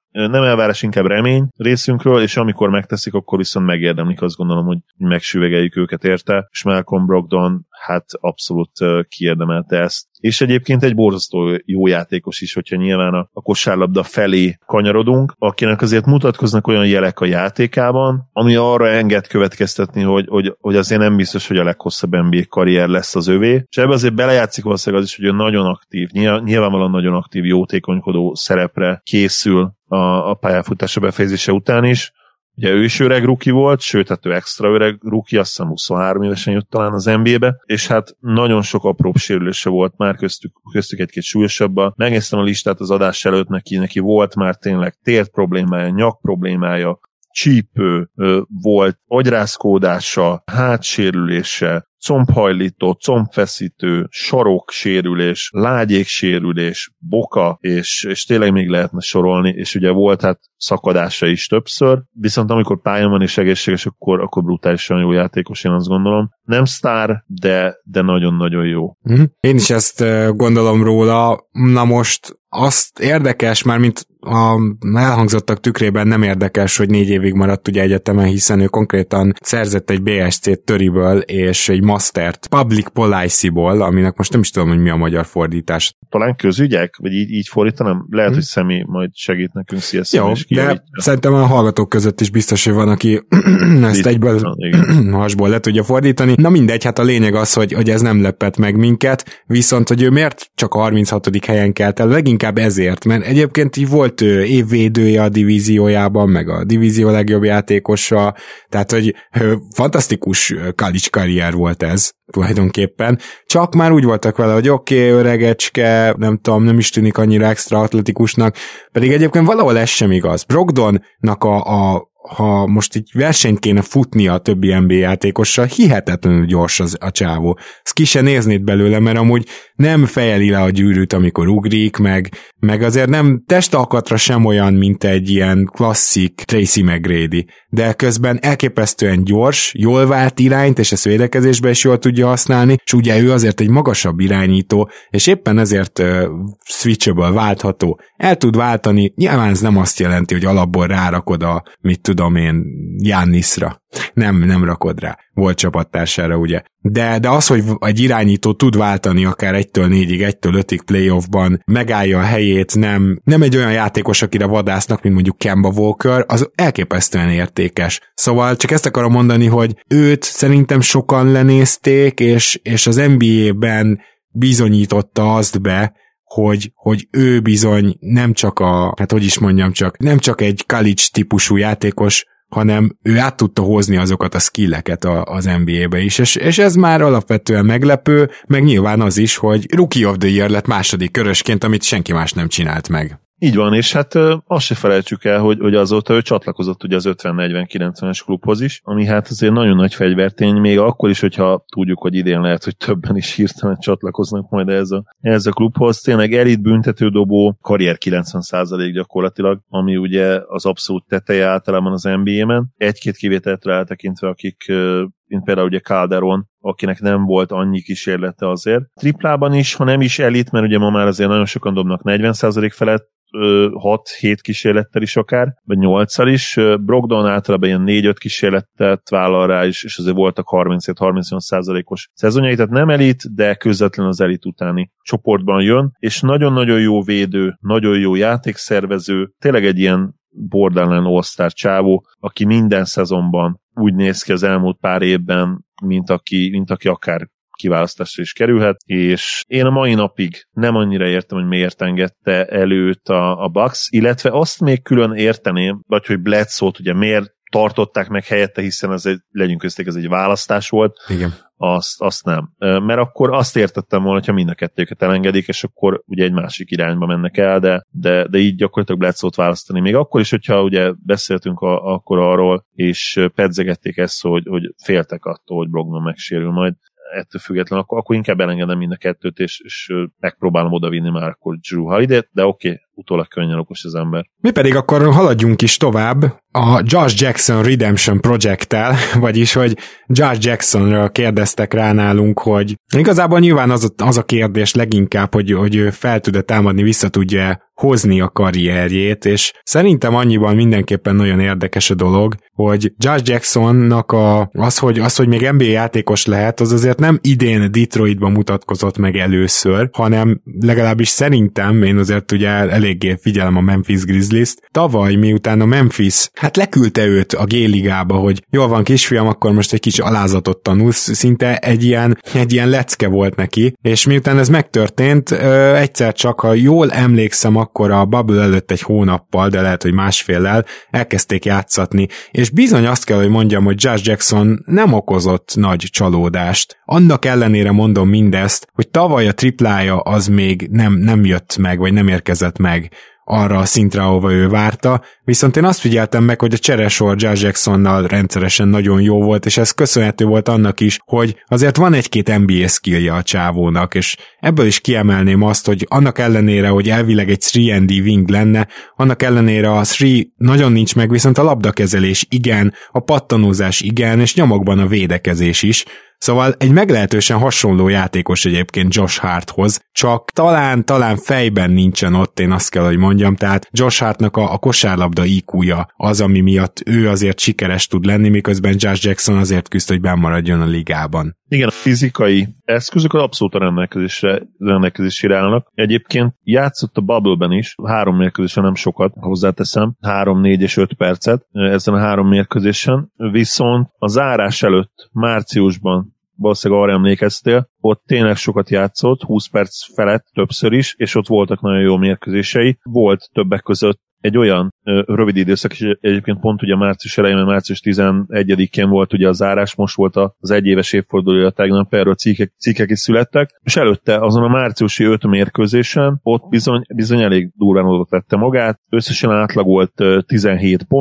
inkább remény részünkről, és amikor megteszik, akkor viszont megérdemlik, azt gondolom, hogy megsüvegeljük őket érte, és Malcolm Brogdon hát abszolút kiérdemelte ezt. És egyébként egy borzasztó jó játékos is, hogyha nyilván a kosárlabda felé kanyarodunk, akinek azért mutatkoznak olyan jelek a játékában, ami arra enged következtetni, hogy azért nem biztos, hogy a leghosszabb NBA karrier lesz az övé, és ebbe azért belejátszik valószínűleg az is, hogy ő nagyon aktív, nyilvánvalóan nagyon aktív, jótékonykodó szerepre készül a pályafutása befejezése után is. Ugye ő is öreg rookie volt, sőt, hát ő extra öreg rookie, azt hiszem 23 évesen jött talán az NBA-be, és hát nagyon sok apróbb sérülése volt már, köztük egy-két súlyosabban. Megnéztem a listát az adás előtt, neki volt már tényleg tért problémája, nyak problémája, csípő volt, agyrázkódása, hátsérülése, combhajlító, combfeszítő, saroksérülés, lágyéksérülés, boka, és tényleg még lehetne sorolni, és ugye volt hát szakadása is többször, viszont amikor pályán van és egészséges, akkor brutálisan jó játékos, én azt gondolom. Nem sztár, de nagyon-nagyon jó. Én is ezt gondolom róla. Na most azt érdekes, már mint a elhangzottak tükrében nem érdekes, hogy 4 évig maradt ugye egyetemen, hiszen ő konkrétan szerzett egy BSC-t Töriből és egy mastert Public Policy-ból, aminek most nem is tudom, hogy mi a magyar fordítás. Talán közügyek? Vagy így fordítanám? Lehet, hogy Szemi majd segít nekünk, jó, de szerintem a hallgatók között is biztos, hogy van, aki ezt egyből hasból le tudja fordítani. Na mindegy, hát a lényeg az, hogy ez nem lepett meg minket, viszont hogy ő miért csak a 36. helyen kelt el, leginkább ezért, mert egyébként így volt évvédője a divíziójában, meg a divízió legjobb játékosa, tehát hogy fantasztikus college karrier volt ez tulajdonképpen, csak már úgy voltak vele, hogy oké, öregecske, nem tudom, nem is tűnik annyira extra atletikusnak, pedig egyébként valahol ez sem igaz. Brogdonnak ha most így versenyt kéne futnia a többi NBA játékossal, hihetetlenül gyors a csávó. Ezt ki se néznéd belőle, mert amúgy nem fejeli le a gyűrűt, amikor ugrik, meg azért nem testalkatra sem olyan, mint egy ilyen klasszik Tracy McGrady, de közben elképesztően gyors, jól vált irányt, és ezt védekezésbe is jól tudja használni, és ugye ő azért egy magasabb irányító, és éppen ezért switchable, váltható. El tud váltani, nyilván ez nem azt jelenti, hogy alapból rárakod a, mit tudom én, Giannisra. Nem rakod rá. Volt csapattársára, ugye. De az, hogy egy irányító tud váltani akár 1-től 4-ig, 1-től 5-ig playoffban, megállja a helyét, nem egy olyan játékos, akire vadásznak, mint mondjuk Kemba Walker, az elképesztően értékes. Szóval csak ezt akarom mondani, hogy őt szerintem sokan lenézték, és az NBA-ben bizonyította azt be, hogy ő bizony nem csak nem csak egy college típusú játékos, hanem ő át tudta hozni azokat a skilleket az NBA-be is, és ez már alapvetően meglepő, meg nyilván az is, hogy Rookie of the Year lett második körösként, amit senki más nem csinált meg. Így van, és hát azt se felejtsük el, hogy azóta ő csatlakozott ugye az 50-40-90-es klubhoz is, ami hát azért nagyon nagy fegyvertény, még akkor is, hogyha tudjuk, hogy idén lehet, hogy többen is hirtelen csatlakoznak majd ehhez a klubhoz. Tényleg elit büntetődobó, karrier 90% gyakorlatilag, ami ugye az abszolút teteje általában az NBA-ben. Egy-két kivételtre eltekintve, akik mint például ugye Calderon, akinek nem volt annyi kísérlete azért. Triplában is, ha nem is elit, mert ugye ma már azért nagyon sokan dobnak 40% felett, 6-7 kísérlettel is akár, vagy 8-szal is. Brogdon általában ilyen 4-5 kísérletet vállal rá is, és azért voltak 37-38%-os szezonjai, tehát nem elit, de közvetlen az elit utáni csoportban jön, és nagyon-nagyon jó védő, nagyon jó játékszervező, tényleg egy ilyen borderline all-star csávó, aki minden szezonban úgy néz ki az elmúlt pár évben, mint aki akár kiválasztásra is kerülhet, és én a mai napig nem annyira értem, hogy miért engedte előtt a Bucks, illetve azt még külön érteném, vagy hogy Bledsoe-t ugye miért tartották meg helyette, hiszen legyünk közték, ez egy választás volt. Igen. Azt nem. Mert akkor azt értettem volna, hogyha mind a kettőket elengedik, és akkor ugye egy másik irányba mennek el, de így gyakorlatilag Bledsoe-t választani. Még akkor is, hogyha ugye beszéltünk akkor arról, és pedzegették ezt, hogy féltek attól, hogy Brogdon megsérül majd, ettől függetlenül, akkor inkább elengedem mind a kettőt, és megpróbálom odavinni már akkor Jrue Holiday-t, de oké, utólag könnyen okos az ember. Mi pedig akkor haladjunk is tovább a Josh Jackson Redemption Project-tel, vagyis, hogy Josh Jacksonről kérdeztek rá nálunk, hogy igazából nyilván az a kérdés leginkább, hogy ő fel tud-e támadni, vissza tudja hozni a karrierjét, és szerintem annyiban mindenképpen nagyon érdekes a dolog, hogy Josh Jacksonnak az, hogy még NBA játékos lehet, az azért nem idén Detroitban mutatkozott meg először, hanem legalábbis szerintem, én azért ugye eléggé figyelem a Memphis Grizzlies-t, tavaly miután a Memphis leküldte őt a G-ligába, hogy jól van kisfiam, akkor most egy kis alázatot tanulsz, szinte egy ilyen lecke volt neki, és miután ez megtörtént, egyszer csak, ha jól emlékszem, akkor a bubble előtt egy hónappal, de lehet, hogy másféllel elkezdték játszatni, és bizony azt kell, hogy mondjam, hogy Josh Jackson nem okozott nagy csalódást. Annak ellenére mondom mindezt, hogy tavaly a triplája az még nem jött meg, vagy nem érkezett meg arra a szintre, ahova ő várta, viszont én azt figyeltem meg, hogy a cseresor Josh Jacksonnal rendszeresen nagyon jó volt, és ez köszönhető volt annak is, hogy azért van egy-két NBA skillja a csávónak, és ebből is kiemelném azt, hogy annak ellenére, hogy elvileg egy 3&D wing lenne, annak ellenére a 3 nagyon nincs meg, viszont a labdakezelés igen, a pattanózás igen, és nyomokban a védekezés is. Szóval egy meglehetősen hasonló játékos egyébként Josh Harthoz, csak talán fejben nincsen ott, én azt kell, hogy mondjam, tehát Josh Hartnak a kosárlabda IQ-ja az, ami miatt ő azért sikeres tud lenni, miközben Josh Jackson azért küzd, hogy bennmaradjon a ligában. Igen, a fizikai eszközök abszolút a rendelkezésére állnak. Egyébként játszott a Bubble-ben is, 3 mérkőzésen, nem sokat, hozzáteszem, 3, 4 és 5 percet ezen a 3 mérkőzésen, viszont a zárás előtt márciusban valószínűleg arra emlékeztél, ott tényleg sokat játszott, 20 perc felett többször is, és ott voltak nagyon jó mérkőzései. Volt többek között egy olyan rövid időszak, és egyébként pont ugye március elején, mert március 11-én volt ugye a zárás, most volt az egyéves évfordulója tegnap, erről cikkek is születtek, és előtte azon a márciusi 5 mérkőzésen ott bizony elég durván oda tette magát, összesen átlagolt 17 pontot,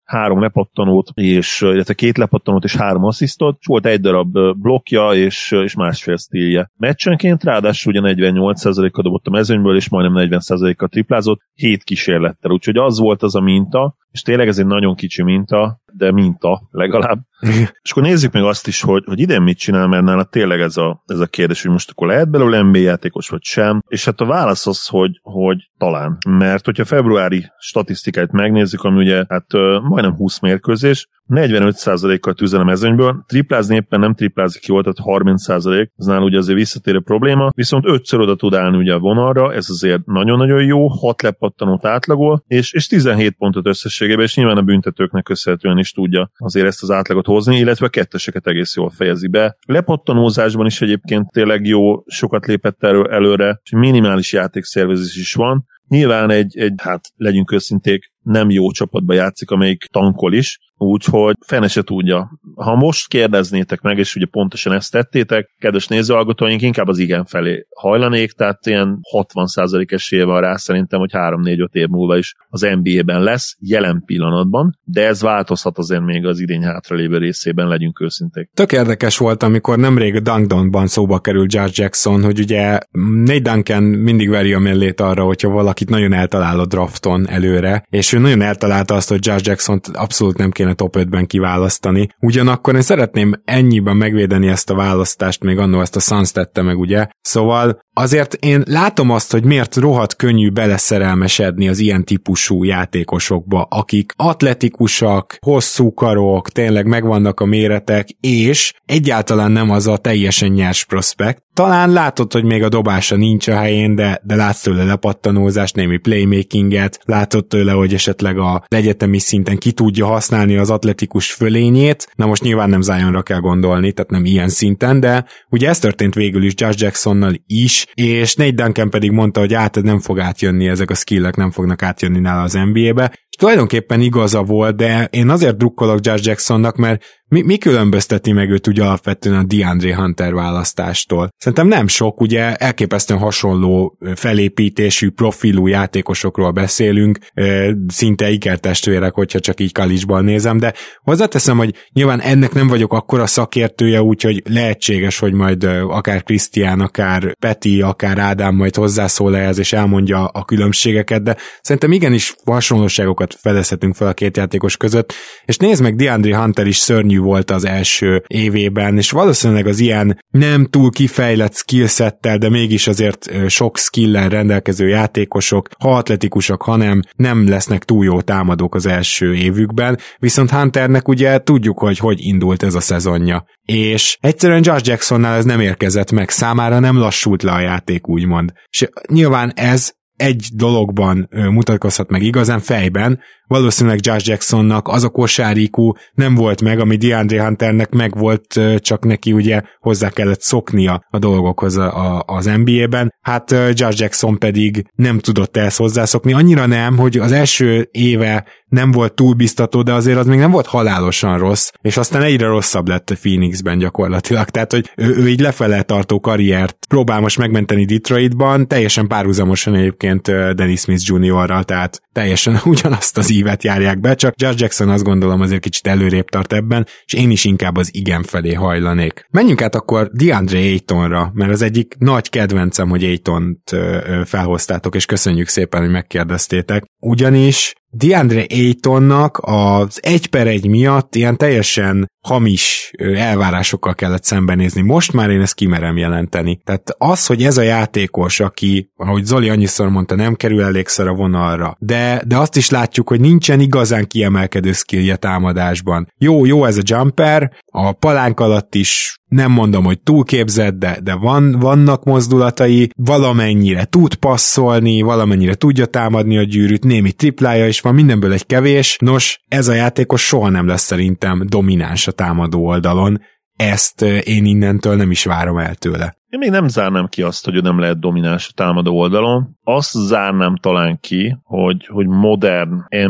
3 lepattanót, illetve 2 lepattanót és 3 asszisztot, és volt 1 darab blokkja és 1,5 stílje. Meccsenként ráadásul ugye 48%-a dobott a mezőnyből, és majdnem 40%-a triplázott, 7 kísérlettel, úgyhogy az volt az a minta, és tényleg ez egy nagyon kicsi minta, de minta legalább. És akkor nézzük meg azt is, hogy idén mit csinál, mert nála tényleg ez a kérdés, hogy most akkor lehet belőle NBA játékos, vagy sem. És hát a válasz az, hogy talán. Mert hogyha februári statisztikáit megnézzük, ami ugye hát majdnem 20 mérkőzés, 45%-kal tüzel a mezőnyből, triplázni éppen nem triplázik jól, tehát 30%, ez nála ugye azért visszatérő probléma, viszont 5-ször oda tud állni ugye a vonalra, ez azért nagyon-nagyon jó, 6 lepattanót átlagol, és 17 pontot összességében, és nyilván a büntetőknek köszönhetően is tudja azért ezt az átlagot hozni, illetve a ketteseket egész jól fejezi be. Lepattanózásban is egyébként tényleg jó, sokat lépett előre, és minimális játékszervezés is van. Nyilván hát legyünk őszinték, nem jó csapatba játszik, amelyik tankol is, úgyhogy fene se tudja. Ha most kérdeznétek meg, és ugye pontosan ezt tettétek, kedves nézőhallgatóink, inkább az igen felé hajlanék, tehát ilyen 60% esélye van rá szerintem, hogy 3-4-5 év múlva is az NBA-ben lesz, jelen pillanatban, de ez változhat azért még az idény hátralévő részében, legyünk őszinték. Tök érdekes volt, amikor nemrég Dunkdownban szóba került Josh Jackson, hogy ugye Nate Duncan mindig veri a mellét arra, hogyha valakit nagyon eltalál a drafton előre, és ő nagyon eltalálta azt, hogy Josh Jacksont abszolút nem kéne top 5-ben kiválasztani. Ugyanakkor én szeretném ennyiben megvédeni ezt a választást, még annól ezt a Suns tette meg, ugye? Szóval azért én látom azt, hogy miért rohadt könnyű beleszerelmesedni az ilyen típusú játékosokba, akik atletikusak, hosszú karok, tényleg megvannak a méretek, és egyáltalán nem az a teljesen nyers prospekt. Talán látod, hogy még a dobása nincs a helyén, de látsz tőle lepattanózást, némi playmakinget, látod tőle, hogy esetleg az egyetemi szinten ki tudja használni az atletikus fölényét. Na most nyilván nem Zionra kell gondolni, tehát nem ilyen szinten, de ugye ez történt végül is Josh Jacksonnal is, és Nate Duncan pedig mondta, hogy nem fog átjönni, ezek a skillek nem fognak átjönni nála az NBA-be. És tulajdonképpen igaza volt, de én azért drukkolok Josh Jacksonnak, mert mi különbözteti meg őt ugye alapvetően a DeAndre Hunter választástól? Szerintem nem sok, ugye elképesztően hasonló felépítésű, profilú játékosokról beszélünk, szinte ikertestvérek, hogyha csak így college-ban nézem, de hozzáteszem, hogy nyilván ennek nem vagyok akkora szakértője, úgyhogy lehetséges, hogy majd akár Krisztián, akár Peti, akár Ádám majd hozzászól ehhez, és elmondja a különbségeket, de szerintem igenis hasonlóságokat fedezhetünk fel a két játékos között, és nézd meg, DeAndre Hunter is szörnyű volt az első évében, és valószínűleg az ilyen nem túl kifejlett skillsettel, de mégis azért sok skillen rendelkező játékosok, ha atletikusak, hanem nem lesznek túl jó támadók az első évükben, viszont Hunternek ugye tudjuk, hogy indult ez a szezonja. És egyszerűen Josh Jacksonnál ez nem érkezett meg, számára nem lassult le a játék, úgymond. És nyilván ez egy dologban mutatkozhat meg igazán, fejben, valószínűleg Josh Jacksonnak az a kosárikú nem volt meg, ami DeAndre Hunternek meg volt, csak neki ugye hozzá kellett szoknia a dolgokhoz az NBA-ben. Hát Josh Jackson pedig nem tudott ehhez hozzászokni. Annyira nem, hogy az első éve nem volt túl biztató, de azért az még nem volt halálosan rossz, és aztán egyre rosszabb lett a Phoenixben gyakorlatilag. Tehát, hogy ő így lefele tartó karriert próbál most megmenteni Detroitban, teljesen párhuzamosan egyébként Dennis Smith Jr.-ral, tehát teljesen ugyanazt az ívet járják be, csak Josh Jackson azt gondolom azért kicsit előrébb tart ebben, és én is inkább az igen felé hajlanék. Menjünk át akkor DeAndre Aytonra, mert az egyik nagy kedvencem, hogy Aytont felhoztátok, és köszönjük szépen, hogy megkérdeztétek. Ugyanis DeAndre Aytonnak az 1/1 miatt ilyen teljesen hamis elvárásokkal kellett szembenézni. Most már én ezt kimerem jelenteni. Tehát az, hogy ez a játékos, aki, ahogy Zoli annyiszor mondta, nem kerül elégszer a vonalra, de azt is látjuk, hogy nincsen igazán kiemelkedő skillje támadásban. Jó ez a jumper, a palánk alatt is nem mondom, hogy túlképzett, de vannak mozdulatai, valamennyire tud passzolni, valamennyire tudja támadni a gyűrűt, némi triplája is van, mindenből egy kevés. Nos, ez a játékos soha nem lesz szerintem domináns a támadó oldalon. Ezt én innentől nem is várom el tőle. Én még nem zárnám ki azt, hogy ő nem lehet domináns a támadó oldalon. Azt zárnám talán ki, hogy modern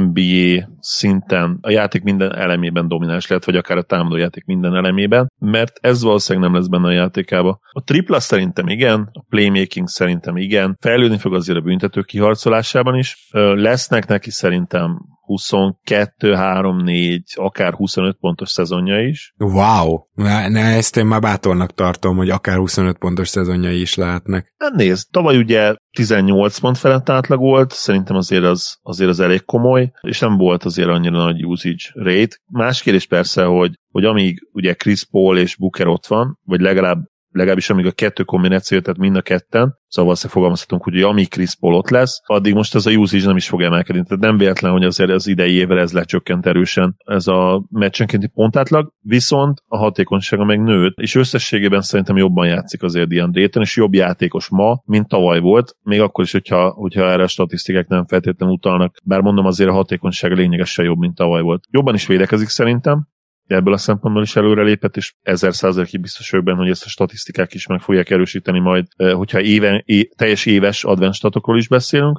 NBA szinten a játék minden elemében domináns lehet, vagy akár a támadó játék minden elemében, mert ez valószínűleg nem lesz benne a játékába. A tripla szerintem igen, a playmaking szerintem igen, fejlődni fog azért a büntető kiharcolásában is. Lesznek neki szerintem 22-3-4, akár 25 pontos szezonja is. Wow! Ezt én már bátornak tartom, hogy akár 25 pontos szezonjai is lehetnek. Hát nézd, tavaly ugye 18 pont felett átlag volt, szerintem azért az elég komoly, és nem volt azért annyira nagy usage rate. Más kérdés persze, hogy amíg ugye Chris Paul és Booker ott van, vagy legalábbis amíg a kettő kombináció, tehát mind a ketten, szóval valószínűleg fogalmazhatunk, hogy amíg Chris Paul ott lesz, addig most ez a usage nem is fog emelkedni. Tehát nem véletlen, hogy azért az idei évre ez lecsökkent erősen, ez a meccsenkénti pontátlag, viszont a hatékonysága meg nőtt, és összességében szerintem jobban játszik azért DeAndre Ayton, és jobb játékos ma, mint tavaly volt, még akkor is, hogyha erre a statisztikák nem feltétlenül utalnak, bár mondom azért a hatékonysága lényegesen jobb, mint tavaly volt. Jobban is védekezik szerintem, ebből a szempontból is előrelépett, és 1000%-ig biztos vagyok benne, hogy ezt a statisztikák is meg fogják erősíteni majd, hogyha teljes éves advanced statokról is beszélünk,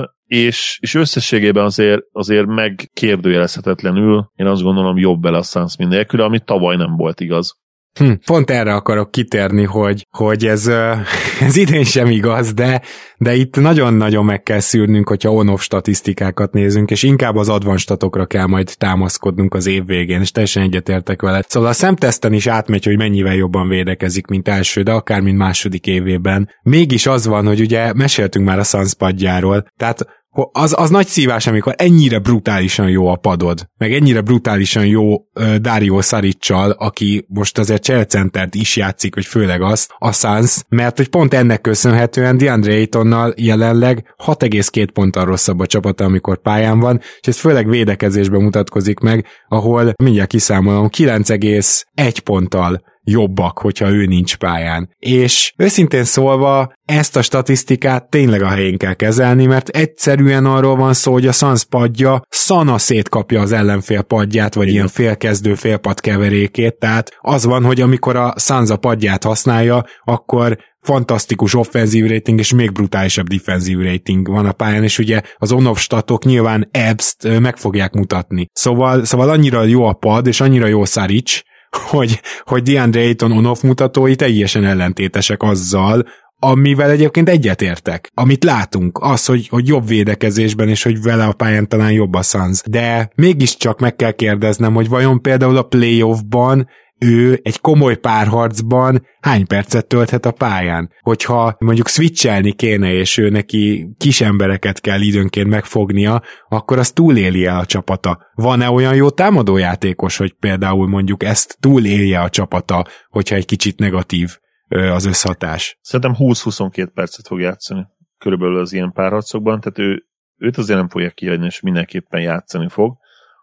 és összességében azért megkérdőjelezhetetlenül én azt gondolom jobb vele a Suns mindélkül, ami tavaly nem volt igaz. Pont erre akarok kitérni, hogy ez idén sem igaz, de itt nagyon-nagyon meg kell szűrnünk, hogyha on-off statisztikákat nézünk, és inkább az advanced statokra kell majd támaszkodnunk az év végén, és teljesen egyetértek vele. Szóval a szemteszten is átmegy, hogy mennyivel jobban védekezik, mint első, de akár mint második évében. Mégis az van, hogy ugye meséltünk már a Suns padjáról, tehát az nagy szívás, amikor ennyire brutálisan jó a padod, meg ennyire brutálisan jó Dario Sariccal, aki most azért cserecentert is játszik, vagy főleg azt, a Suns, mert hogy pont ennek köszönhetően DeAndre Aytonnal jelenleg 6,2 ponttal rosszabb a csapata, amikor pályán van, és ez főleg védekezésben mutatkozik meg, ahol mindjárt kiszámolom, 9,1 ponttal jobbak, hogyha ő nincs pályán. És őszintén szólva ezt a statisztikát tényleg a helyén kell kezelni, mert egyszerűen arról van szó, hogy a Suns padja szana szétkapja az ellenfél padját, vagy ilyen félkezdő félpad keverékét, tehát az van, hogy amikor a Suns a padját használja, akkor fantasztikus offenzív rating és még brutálisabb defenzív rating van a pályán, és ugye az on-off statok nyilván Ebbs-t meg fogják mutatni. Szóval annyira jó a pad, és annyira jó Saric, hogy DeAndre Ayton on-off mutatói teljesen ellentétesek azzal, amivel egyébként egyetértek. Amit látunk, az, hogy jobb védekezésben, és hogy vele a pályán talán jobb a Suns. De mégiscsak meg kell kérdeznem, hogy vajon például a playoffban ő egy komoly párharcban hány percet tölthet a pályán? Hogyha mondjuk switchelni kéne, és ő neki kis embereket kell időnként megfognia, akkor az túléli a csapata. Van-e olyan jó támadójátékos, hogy például mondjuk ezt túlélje a csapata, hogyha egy kicsit negatív az összhatás? Szerintem 20-22 percet fog játszani körülbelül az ilyen párharcokban, tehát őt azért nem fogja kihagyni, és mindenképpen játszani fog,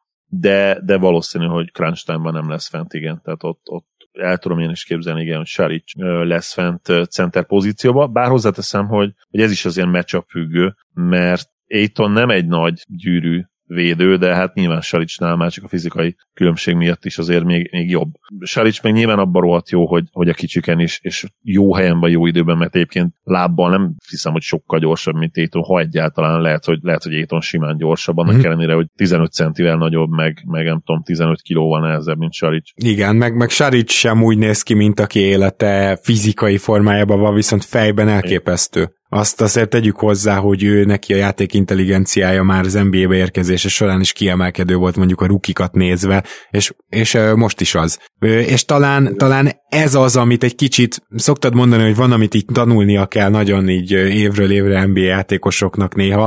de valószínű, hogy crunch time-ban nem lesz fent, igen, tehát ott el tudom én is képzelni, igen, hogy Saric lesz fent center pozícióba, bár hozzáteszem, hogy ez is az ilyen matchup függő, mert Ayton nem egy nagy gyűrű védő, de hát nyilván Saricnál már csak a fizikai különbség miatt is azért még jobb. Saric meg nyilván abban rohadt jó, hogy a kicsiken is, és jó helyen van, jó időben, mert egyébként lábbal nem hiszem, hogy sokkal gyorsabb, mint Ayton, ha egyáltalán lehet, hogy Ayton simán gyorsabb, annak ellenére, hogy 15 centivel nagyobb, meg nem tudom, 15 kilóval nehezebb, mint Saric. Igen, meg Saric sem úgy néz ki, mint aki élete fizikai formájában van, viszont fejben elképesztő. Azt azért tegyük hozzá, hogy ő neki a játék intelligenciája már az NBA-be érkezése során is kiemelkedő volt, mondjuk a rukikat nézve, és most is az. És talán ez az, amit egy kicsit szoktad mondani, hogy van, amit így tanulnia kell nagyon így évről évre NBA játékosoknak néha.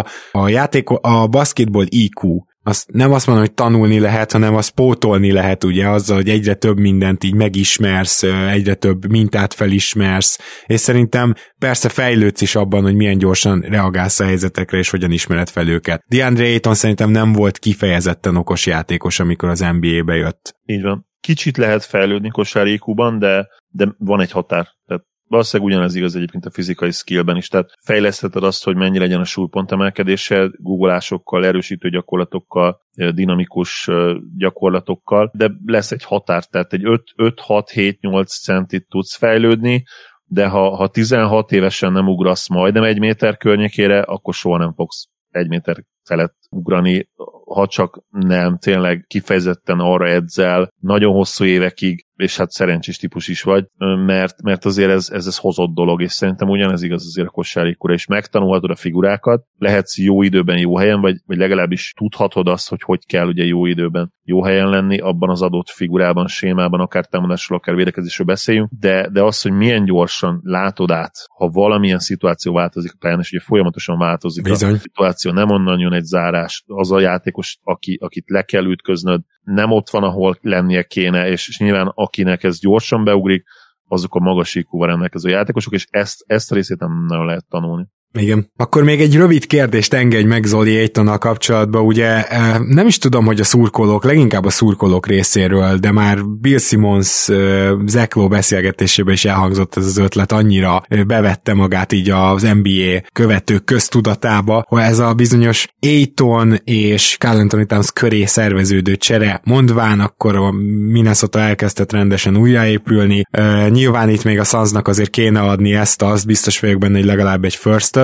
A basketball IQ, azt nem azt mondom, hogy tanulni lehet, hanem azt pótolni lehet, ugye, azzal, hogy egyre több mindent így megismersz, egyre több mintát felismersz, és szerintem persze fejlődsz is abban, hogy milyen gyorsan reagálsz a helyzetekre, és hogyan ismered fel őket. DeAndre Ayton szerintem nem volt kifejezetten okos játékos, amikor az NBA-be jött. Így van. Kicsit lehet fejlődni kosár IQ-ban, de van egy határ. Tehát valószínűleg ugyanez igaz egyébként a fizikai skillben is, tehát fejlesztheted azt, hogy mennyi legyen a súlypont emelkedése, guggolásokkal, erősítő gyakorlatokkal, dinamikus gyakorlatokkal, de lesz egy határ, tehát egy 5-6-7-8 centit tudsz fejlődni, de ha 16 évesen nem ugrasz majdnem 1 méter környékére, akkor soha nem fogsz 1 méter felett ugrani, ha csak nem tényleg kifejezetten arra edzel nagyon hosszú évekig, és hát szerencsés típus is vagy, mert azért ez hozott dolog, és szerintem ugyanez igaz azért a kosárlabdára is. Megtanulhatod a figurákat, lehetsz jó időben, jó helyen, vagy legalábbis tudhatod azt, hogy kell ugye jó időben, jó helyen lenni, abban az adott figurában, sémában, akár támadásról, akár védekezésről beszéljünk, de az, hogy milyen gyorsan látod át, ha valamilyen szituáció változik a pályán, és ugye folyamatosan változik bizony a szituáció, nem onnan jön egy zárás, az a játékos, akit le kell ütköznöd, nem ott van, ahol lennie kéne, és nyilván akinek ez gyorsan beugrik, azok a magas IQ-val rendelkező játékosok, és ezt a részét nem nagyon lehet tanulni. Igen. Akkor még egy rövid kérdést engedj meg Zoli Aytonnal kapcsolatban, ugye nem is tudom, hogy a szurkolók, leginkább a szurkolók részéről, de már Bill Simmons Zach Lowe beszélgetésében is elhangzott ez az ötlet, annyira bevette magát így az NBA követők köztudatába, hogy ez a bizonyos Ayton és Karl Anthony Towns köré szerveződő csere mondván, akkor a Minnesota elkezdett rendesen újraépülni. Nyilván itt még a Sunsnak azért kéne adni ezt-azt, biztos vagyok benne, hogy legalább egy first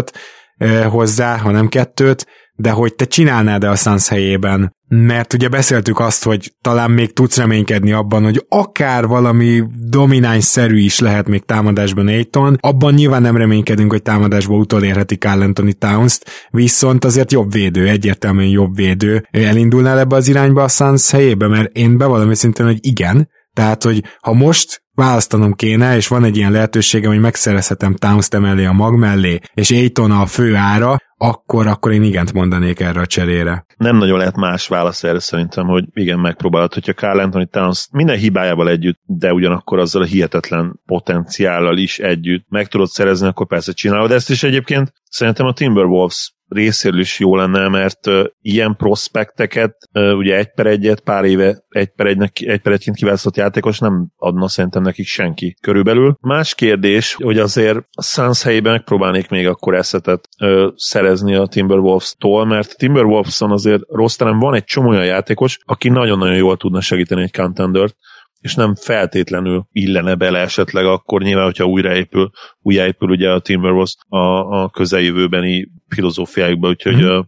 hozzá, ha nem 2, de hogy te csinálnád-e a Suns helyében? Mert ugye beszéltük azt, hogy talán még tudsz reménykedni abban, hogy akár valami dominánsszerű is lehet még támadásban Ayton, abban nyilván nem reménykedünk, hogy támadásban utolérheti Karl Anthony Towns-t, viszont azért jobb védő, egyértelműen jobb védő. Elindulnál ebbe az irányba a Suns helyébe? Mert én bevallom őszintén, hogy igen, tehát, hogy ha most választanom kéne, és van egy ilyen lehetőségem, hogy megszerezhetem Towns-t emellé a mag mellé, és Ayton a fő ára, akkor én igent mondanék erre a cserére. Nem nagyon lehet más válasz erre szerintem, hogy igen, megpróbálod, hogyha Karl Anthony Towns minden hibájával együtt, de ugyanakkor azzal a hihetetlen potenciállal is együtt meg tudod szerezni, akkor persze csinálod ezt, és egyébként szerintem a Timberwolves részéről is jó lenne, mert ilyen prospekteket, ugye 1/1 pár éve 1/1-ként kiválasztott játékos nem adna szerintem nekik senki körülbelül. Más kérdés, hogy azért a Suns helyében megpróbálnék még akkor eszetet szerezni a Timberwolves-tól, mert a Timberwolves-on azért rossz terem van egy csomó olyan játékos, aki nagyon-nagyon jól tudna segíteni egy contendert, és nem feltétlenül illene bele esetleg akkor nyilván, hogyha újraépül ugye a Timberwolves a közeljövőbeni filozófiájukba, úgyhogy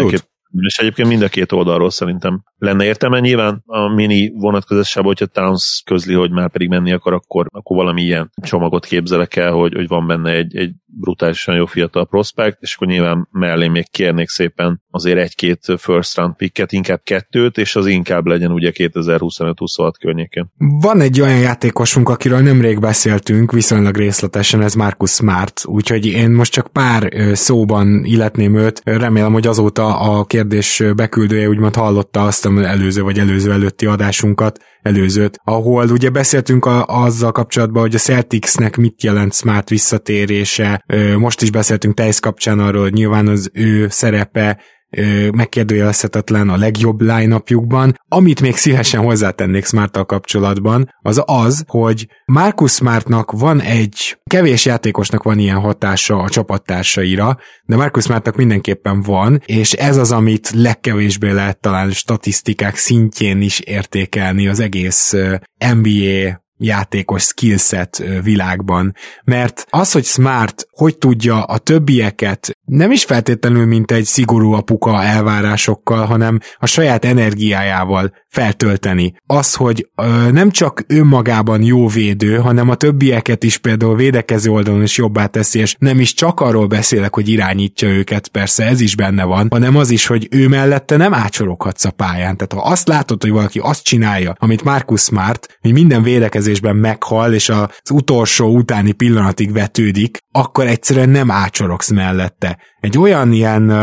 és egyébként mind a két oldalról szerintem lenne értelme. Nyilván a mini vonatkozásában, hogyha Towns közli, hogy már pedig menni akar, akkor valami ilyen csomagot képzelek el, hogy van benne egy brutálisan jó fiatal prospekt, és akkor nyilván mellé még kérnék szépen azért 1-2 first round picket, inkább 2, és az inkább legyen ugye 2025-26 környékén. Van egy olyan játékosunk, akiről nemrég beszéltünk viszonylag részletesen, ez Marcus Smart, úgyhogy én most csak pár szóban illetném őt, remélem, hogy azóta a kérdés beküldője úgymond hallotta azt az előző vagy előző előtti adásunkat, ahol ugye beszéltünk azzal kapcsolatban, hogy a Celticsnek mit jelent Smart visszatérése, most is beszéltünk Theis kapcsán arról, hogy nyilván az ő szerepe megkérdőjelezhetetlen a legjobb line-upjukban. Amit még szívesen hozzátennék Smarttal kapcsolatban, az, hogy Marcus Smartnak van kevés játékosnak van ilyen hatása a csapattársaira, de Marcus Smartnak mindenképpen van, és ez az, amit legkevésbé lehet talán statisztikák szintjén is értékelni az egész NBA játékos skillset világban. Mert az, hogy Smart hogy tudja a többieket nem is feltétlenül mint egy szigorú apuka elvárásokkal, hanem a saját energiájával feltölteni. Az, hogy nem csak önmagában jó védő, hanem a többieket is például védekező oldalon is jobbá teszi, és nem is csak arról beszélek, hogy irányítja őket, persze ez is benne van, hanem az is, hogy ő mellette nem ácsoroghatsz a pályán. Tehát ha azt látod, hogy valaki azt csinálja, amit Marcus Smart, hogy minden védekezésben meghal, és az utolsó utáni pillanatig vetődik, akkor egyszerűen nem ácsorogsz mellette. Egy olyan ilyen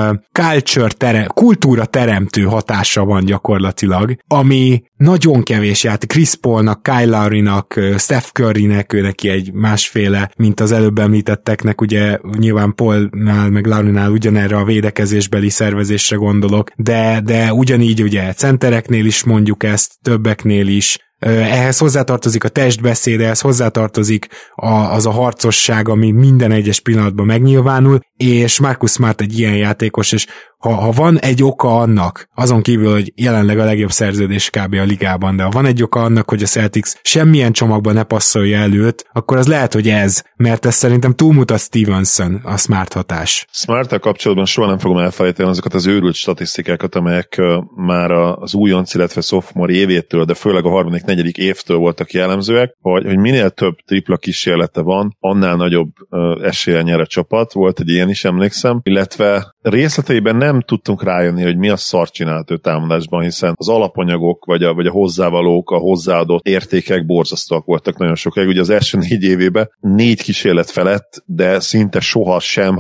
kultúra teremtő hatása van gyakorlatilag, ami nagyon kevés játék. Chris Paulnak, Kyle Lowrynak, Steph Currynek, ő neki egy másféle, mint az előbb említetteknek, ugye nyilván Paulnál, meg Lowrynál ugyanerre a védekezésbeli szervezésre gondolok, de ugyanígy ugye centereknél is mondjuk ezt, többeknél is. Ehhez hozzátartozik a testbeszéd, ehhez hozzátartozik az a harcosság, ami minden egyes pillanatban megnyilvánul, és Marcus Smart egy ilyen játékos, és ha van egy oka annak, azon kívül, hogy jelenleg a legjobb szerződés kb. A ligában, de ha van egy oka annak, hogy a Celtics semmilyen csomagban ne passzolja előtt, akkor az lehet, hogy ez, mert ez szerintem túlmutat Stevenson, a Smart hatás. Smart-tel kapcsolatban soha nem fogom elfelejteni azokat az őrült statisztikákat, amelyek már az újonc, illetve sophomore évétől, de főleg a harmadik, negyedik évtől voltak jellemzőek, hogy minél több tripla kísérlete van, annál nagyobb eséllyel nyer a csapat. Volt egy ilyen is, emlékszem, illetve részleteiben nem tudtunk rájönni, hogy mi a szart csinált ő támadásban, hiszen az alapanyagok, vagy a hozzávalók, a hozzáadott értékek borzasztóak voltak nagyon sokáig. Ugye az első 4 évében 4 kísérlet felett, de szinte soha sem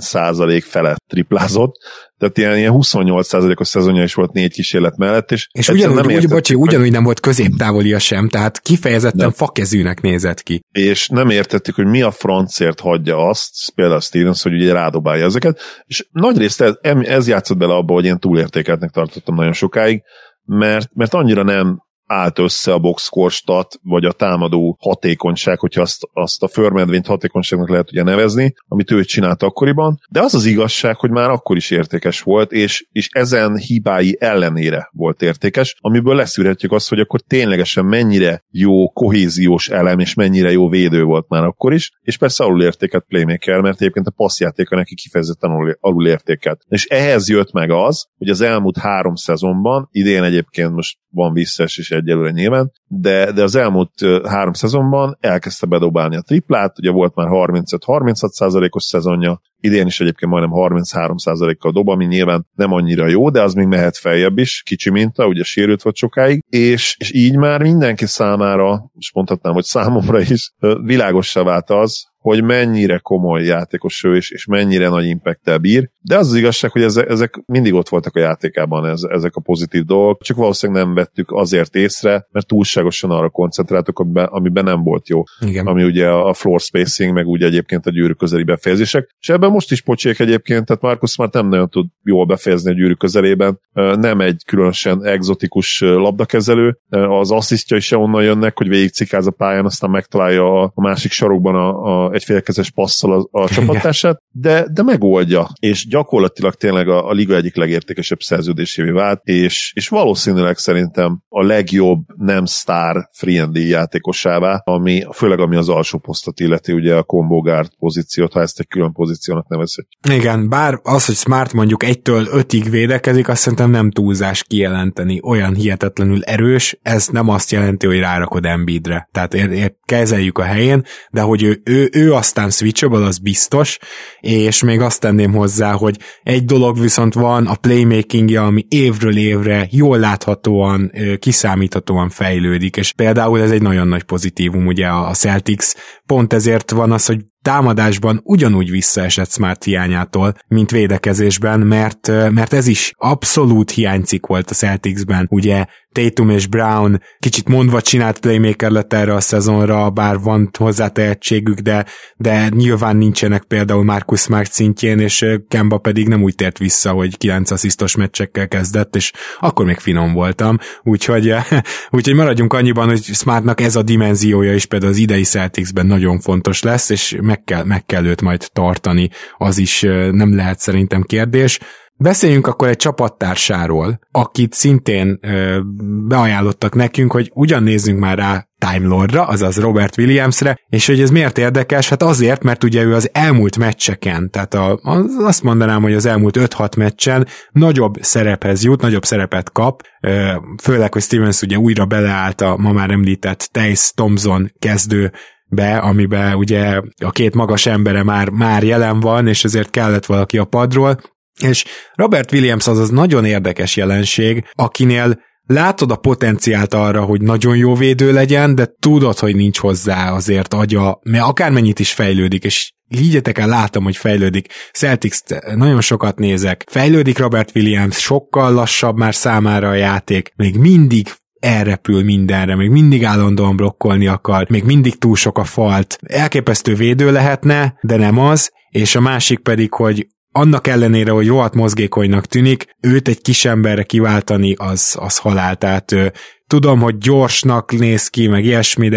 30% felett triplázott, tehát ilyen 28%-os szezonja is volt 4 kísérlet mellett, és ugyanúgy nem volt középtávolia sem, tehát kifejezetten fakezűnek nézett ki. És nem értettük, hogy mi a francért hagyja azt, például Stevens, hogy ugye rádobálja ezeket, és nagyrészt ez játszott bele abba, hogy én túlértékeltnek tartottam nagyon sokáig, mert annyira nem állt össze a boxscore stat, vagy a támadó hatékonyság, hogyha azt a förmedvényt hatékonyságnak lehet ugye nevezni, amit ő csinált akkoriban, de az az igazság, hogy már akkor is értékes volt, és ezen hibái ellenére volt értékes, amiből leszűrhetjük azt, hogy akkor ténylegesen mennyire jó kohéziós elem, és mennyire jó védő volt már akkor is, és persze alulértéket playmaker, mert egyébként a passzjátéka neki kifejezetten alulértéket. És ehhez jött meg az, hogy az elmúlt 3 szezonban, idén egyébként most van visszaesés egyelőre nyilván, de az elmúlt 3 szezonban elkezdte bedobálni a triplát, ugye volt már 35-36%-os szezonja, idén is egyébként majdnem 33%-kal dob, ami nyilván nem annyira jó, de az még mehet feljebb is, kicsi minta, ugye sérült volt sokáig, és így már mindenki számára, és mondhatnám, hogy számomra is világossá vált az, hogy mennyire komoly játékos ő és mennyire nagy impacttel bír, de az igazság, hogy ezek mindig ott voltak a játékában, ezek a pozitív dolgok, csak valószínűleg nem vettük azért észre, mert túlságosan arra koncentráltuk, amiben nem volt jó. Igen. Ami ugye a floor spacing, meg ugye egyébként a gyűrű közeli befejezések, és ebben most is pocsék egyébként, tehát Marcus Smart nem nagyon tud jól befejezni a gyűrű közelében, nem egy különösen egzotikus labdakezelő, az asszisztjai se onnan jönnek, hogy végigcikáz a pályán, aztán megtalálja a másik sarokban egy félkezes passzal a csapattársát, de megoldja, és gyakorlatilag tényleg a liga egyik legértékesebb szerződésévé vált, és valószínűleg szerintem a legjobb nem sztár free and játékosává, főleg ami az alsó posztot illeti, ugye a combo guard pozíciót, ha ezt egy külön pozíciónak nevezhetjük. Igen, bár az, hogy Smart mondjuk 1-től 5-ig védekezik, azt szerintem nem túlzás kijelenteni. Olyan hihetetlenül erős, ez nem azt jelenti, hogy rárakod Embiidre. Tehát kezeljük a helyén, de hogy ő aztán switchable, az biztos, és még azt tenném hozzá, hogy egy dolog viszont van, a playmakingja, ami évről évre jól láthatóan, kiszámíthatóan fejlődik, és például ez egy nagyon nagy pozitívum ugye a Celtics, pont ezért van az, hogy támadásban ugyanúgy visszaesett Smart hiányától, mint védekezésben, mert ez is abszolút hiánycikk volt a Celticsben. Ugye Tatum és Brown kicsit mondva csinált playmaker lett erre a szezonra, bár van hozzá tehetségük, de nyilván nincsenek például Marcus Smart szintjén, és Kemba pedig nem úgy tért vissza, hogy 9 asszisztos meccsekkel kezdett, és akkor még finom voltam. Úgyhogy maradjunk annyiban, hogy Smartnak ez a dimenziója is például az idei Celticsben nagyon fontos lesz, és meg kell őt majd tartani, az is nem lehet szerintem kérdés. Beszéljünk akkor egy csapattársáról, akit szintén beajánlottak nekünk, hogy ugyan nézzünk már rá Time Lordra, azaz Robert Williamsre, és hogy ez miért érdekes? Hát azért, mert ugye ő az elmúlt meccseken, tehát azt mondanám, hogy az elmúlt 5-6 meccsen nagyobb szerephez jut, nagyobb szerepet kap, főleg, hogy Stevens ugye újra beleállt a ma már említett Theis Thompson kezdő amiben ugye a 2 magas embere már jelen van, és ezért kellett valaki a padról, és Robert Williams az nagyon érdekes jelenség, akinél látod a potenciált arra, hogy nagyon jó védő legyen, de tudod, hogy nincs hozzá azért agya, mert akármennyit is fejlődik, és higgyetek el, látom, hogy fejlődik. Celtics-t nagyon sokat nézek. Fejlődik Robert Williams, sokkal lassabb már számára a játék, még mindig elrepül mindenre, még mindig állandóan blokkolni akar, még mindig túl sok a falt. Elképesztő védő lehetne, de nem az, és a másik pedig, hogy annak ellenére, hogy rohadt mozgékonynak tűnik, őt egy kis emberre kiváltani, az halál. Tehát tudom, hogy gyorsnak néz ki, meg ilyesmi, de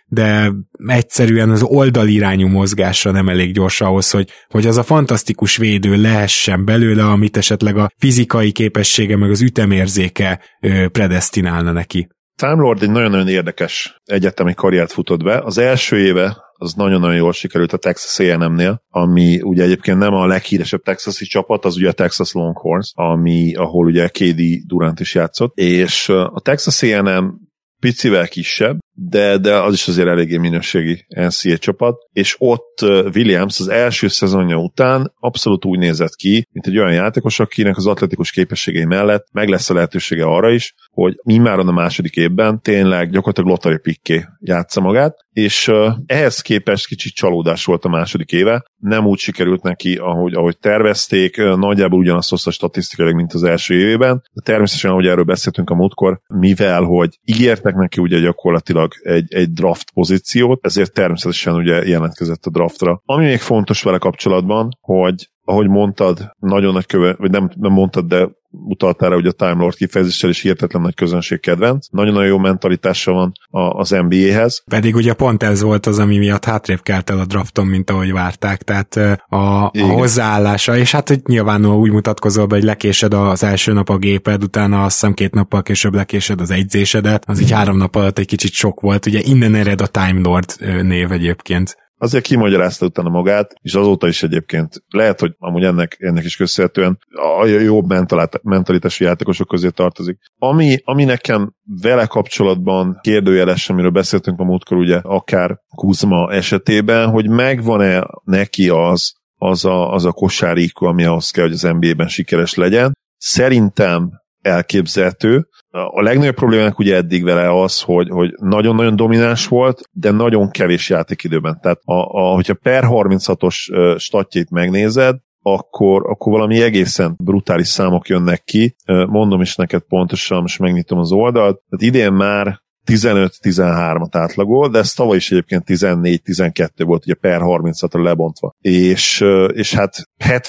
de egyszerűen az oldalirányú mozgásra nem elég gyors ahhoz, hogy az a fantasztikus védő lehessen belőle, amit esetleg a fizikai képessége meg az ütemérzéke predesztinálna neki. Time Lord egy nagyon-nagyon érdekes egyetemi karriert futott be. Az első éve az nagyon-nagyon jól sikerült a Texas A&M-nél, ami ugye egyébként nem a leghíresebb texasi csapat, az ugye a Texas Longhorns, ahol ugye K.D. Durant is játszott, és a Texas A&M picivel kisebb, de az is azért eléggé minőségi NCAA csapat, és ott Williams az első szezonja után abszolút úgy nézett ki, mint egy olyan játékos, akinek az atletikus képességei mellett meg lesz a lehetősége arra is, hogy immáron a második évben tényleg gyakorlatilag lottery pickké játsza magát, és ehhez képest kicsit csalódás volt a második éve, nem úgy sikerült neki, ahogy tervezték, nagyjából ugyanazt hozta statisztikailag, mint az első évében, de természetesen, ahogy erről beszéltünk a múltkor, mivel, hogy ígértek neki ugye gyakorlatilag egy draft pozíciót, ezért természetesen ugye jelentkezett a draftra. Ami még fontos vele kapcsolatban, hogy ahogy mondtad, nagyon nagy vagy nem mondtad, de utaltál rá, hogy a Time Lord kifejezéssel is hihetetlen nagy közönség kedvenc. Nagyon-nagyon jó mentalitása van az NBA-hez. Pedig ugye pont ez volt az, ami miatt hátrébb kelt el a drafton, mint ahogy várták, tehát a hozzáállása, és hát hogy nyilván úgy mutatkozol be, hogy lekésed az első nap a géped, utána azt hiszem 2 nappal később lekésed az egyzésedet, az így 3 nap alatt egy kicsit sok volt, ugye innen ered a Time Lord név egyébként. Azért kimagyarázta utána magát, és azóta is egyébként lehet, hogy amúgy ennek is köszönhetően a jobb mentalitású játékosok közé tartozik. Ami nekem vele kapcsolatban kérdőjeles, amiről beszéltünk a múltkor, ugye akár Kuzma esetében, hogy megvan-e neki az a kosárikó, ami ahhoz kell, hogy az NBA-ben sikeres legyen. Szerintem elképzelhető. A legnagyobb problémák ugye eddig vele az, hogy nagyon-nagyon domináns volt, de nagyon kevés játékidőben. Tehát hogyha per 36-os statjait megnézed, akkor valami egészen brutális számok jönnek ki. Mondom is neked pontosan, most megnyitom az oldalt. Tehát idén már 15-13-at átlagol, de ez tavaly is egyébként 14-12 volt, ugye per 36-ra lebontva. És hát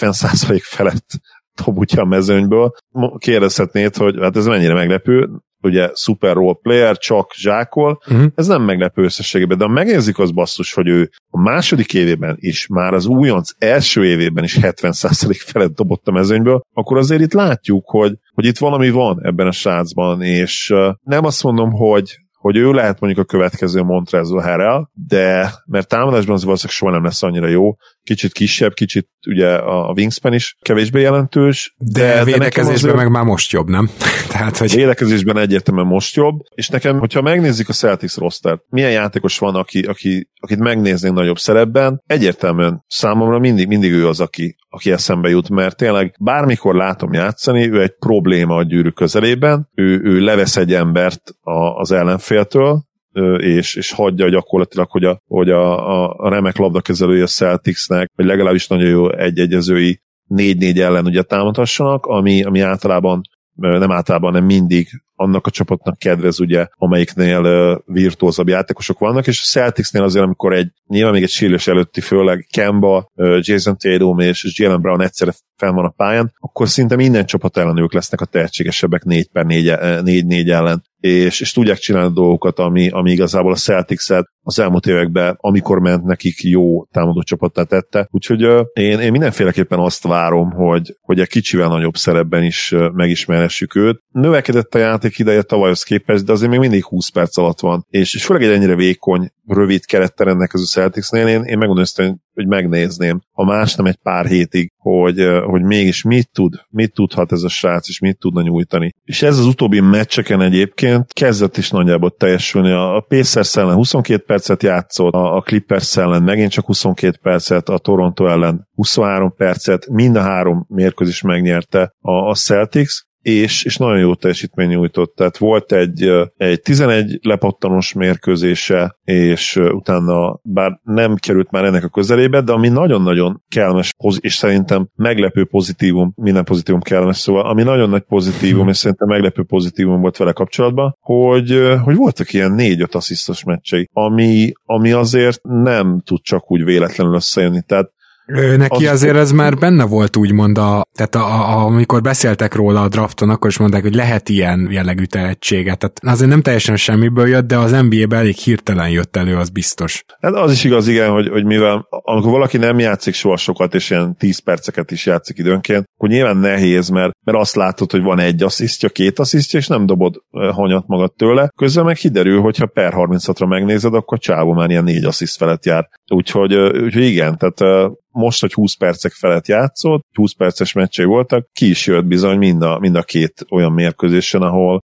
70% felett dobutja a mezőnyből. Kérdezhetnéd, hogy hát ez mennyire meglepő, ugye szuper role player, csak zsákol, ez nem meglepő összességében, de ha megérzik az basszus, hogy ő a második évében is, már az újonc első évében is 70% felett dobott a mezőnyből, akkor azért itt látjuk, hogy itt valami van ebben a srácban, és nem azt mondom, hogy ő lehet mondjuk a következő Montrezl Harrell, de mert támadásban az valószínűleg soha nem lesz annyira jó, kicsit kisebb, kicsit ugye a wingspan is kevésbé jelentős. De védekezésben meg már most jobb, nem? Tehát, hogy... Védekezésben egyértelműen most jobb, és nekem, hogyha megnézzük a Celtics rostert, milyen játékos van, akit megnéznénk nagyobb szerepben, egyértelműen számomra mindig ő az, aki eszembe jut, mert tényleg bármikor látom játszani, ő egy probléma a gyűrű közelében, ő levesz egy embert az ellenféltől, és hagyja gyakorlatilag, hogy a remek labdakezelője a Celticsnek, vagy legalábbis nagyon jó egyegyezői 4-4 ellen ugye támadhassanak, ami általában, nem mindig annak a csapatnak kedvez, ugye, amelyiknél virtuózabb játékosok vannak, és a Celticsnél azért, amikor nyilván még egy sérülés előtti, főleg Kemba, Jason Tatum és Jaylen Brown egyszerre fenn van a pályán, akkor szinte minden csapat ellen ők lesznek a tehetségesebbek 4x4 ellen, és tudják csinálni dolgokat, ami igazából a Celtics-et az elmúlt években, amikor ment nekik jó támadó csapattá tette. Úgyhogy én mindenféleképpen azt várom, hogy egy kicsivel nagyobb szerepben is megismerhessük őt. Növekedett a játék ideje tavalyhoz képest, de azért még mindig 20 perc alatt van. És főleg egy ennyire vékony, rövid kerettel rendelkező Celticsnél én megmondom, hogy megnézném, ha más nem egy pár hétig, hogy mégis mit tudhat ez a srác, és mit tudna nyújtani. És ez az utóbbi meccseken egyébként kezdett is nagyjából teljesülni. A Pacers ellen 22 percet játszott, a Clippers ellen megint csak 22 percet, a Toronto ellen 23 percet, mind a 3 mérkőzést megnyerte a Celtics, és nagyon jó teljesítmény nyújtott. Tehát volt egy 11 lepattanós mérkőzése, és utána, bár nem került már ennek a közelébe, de ami nagyon-nagyon kellemes, és szerintem meglepő pozitívum, minden pozitívum kellemes, szóval ami nagyon nagy pozitívum, és szerintem meglepő pozitívum volt vele kapcsolatban, hogy voltak ilyen 4-5 asszisztos meccsei, ami azért nem tud csak úgy véletlenül összejönni. Tehát Neki azért ez már benne volt úgymond, tehát amikor beszéltek róla a drafton, akkor is mondták, hogy lehet ilyen jellegű tehetséget. Tehát azért nem teljesen semmiből jött, de az NBA-ben elég hirtelen jött elő, az biztos. Hát az is igaz, igen, hogy mivel amikor valaki nem játszik soha sokat, és ilyen 10 perceket is játszik időnként, akkor nyilván nehéz, mert azt látod, hogy van egy asszisztja, 2 asszisztja, és nem dobod hanyat magad tőle. Közben meg kiderül, hogyha per 36-ra megnézed, akkor csávó már ilyen 4 assziszt felett jár. Úgyhogy igen, tehát most, hogy 20 percek felett játszott, 20 perces meccsei voltak, ki is jött bizony mind a 2 olyan mérkőzésen,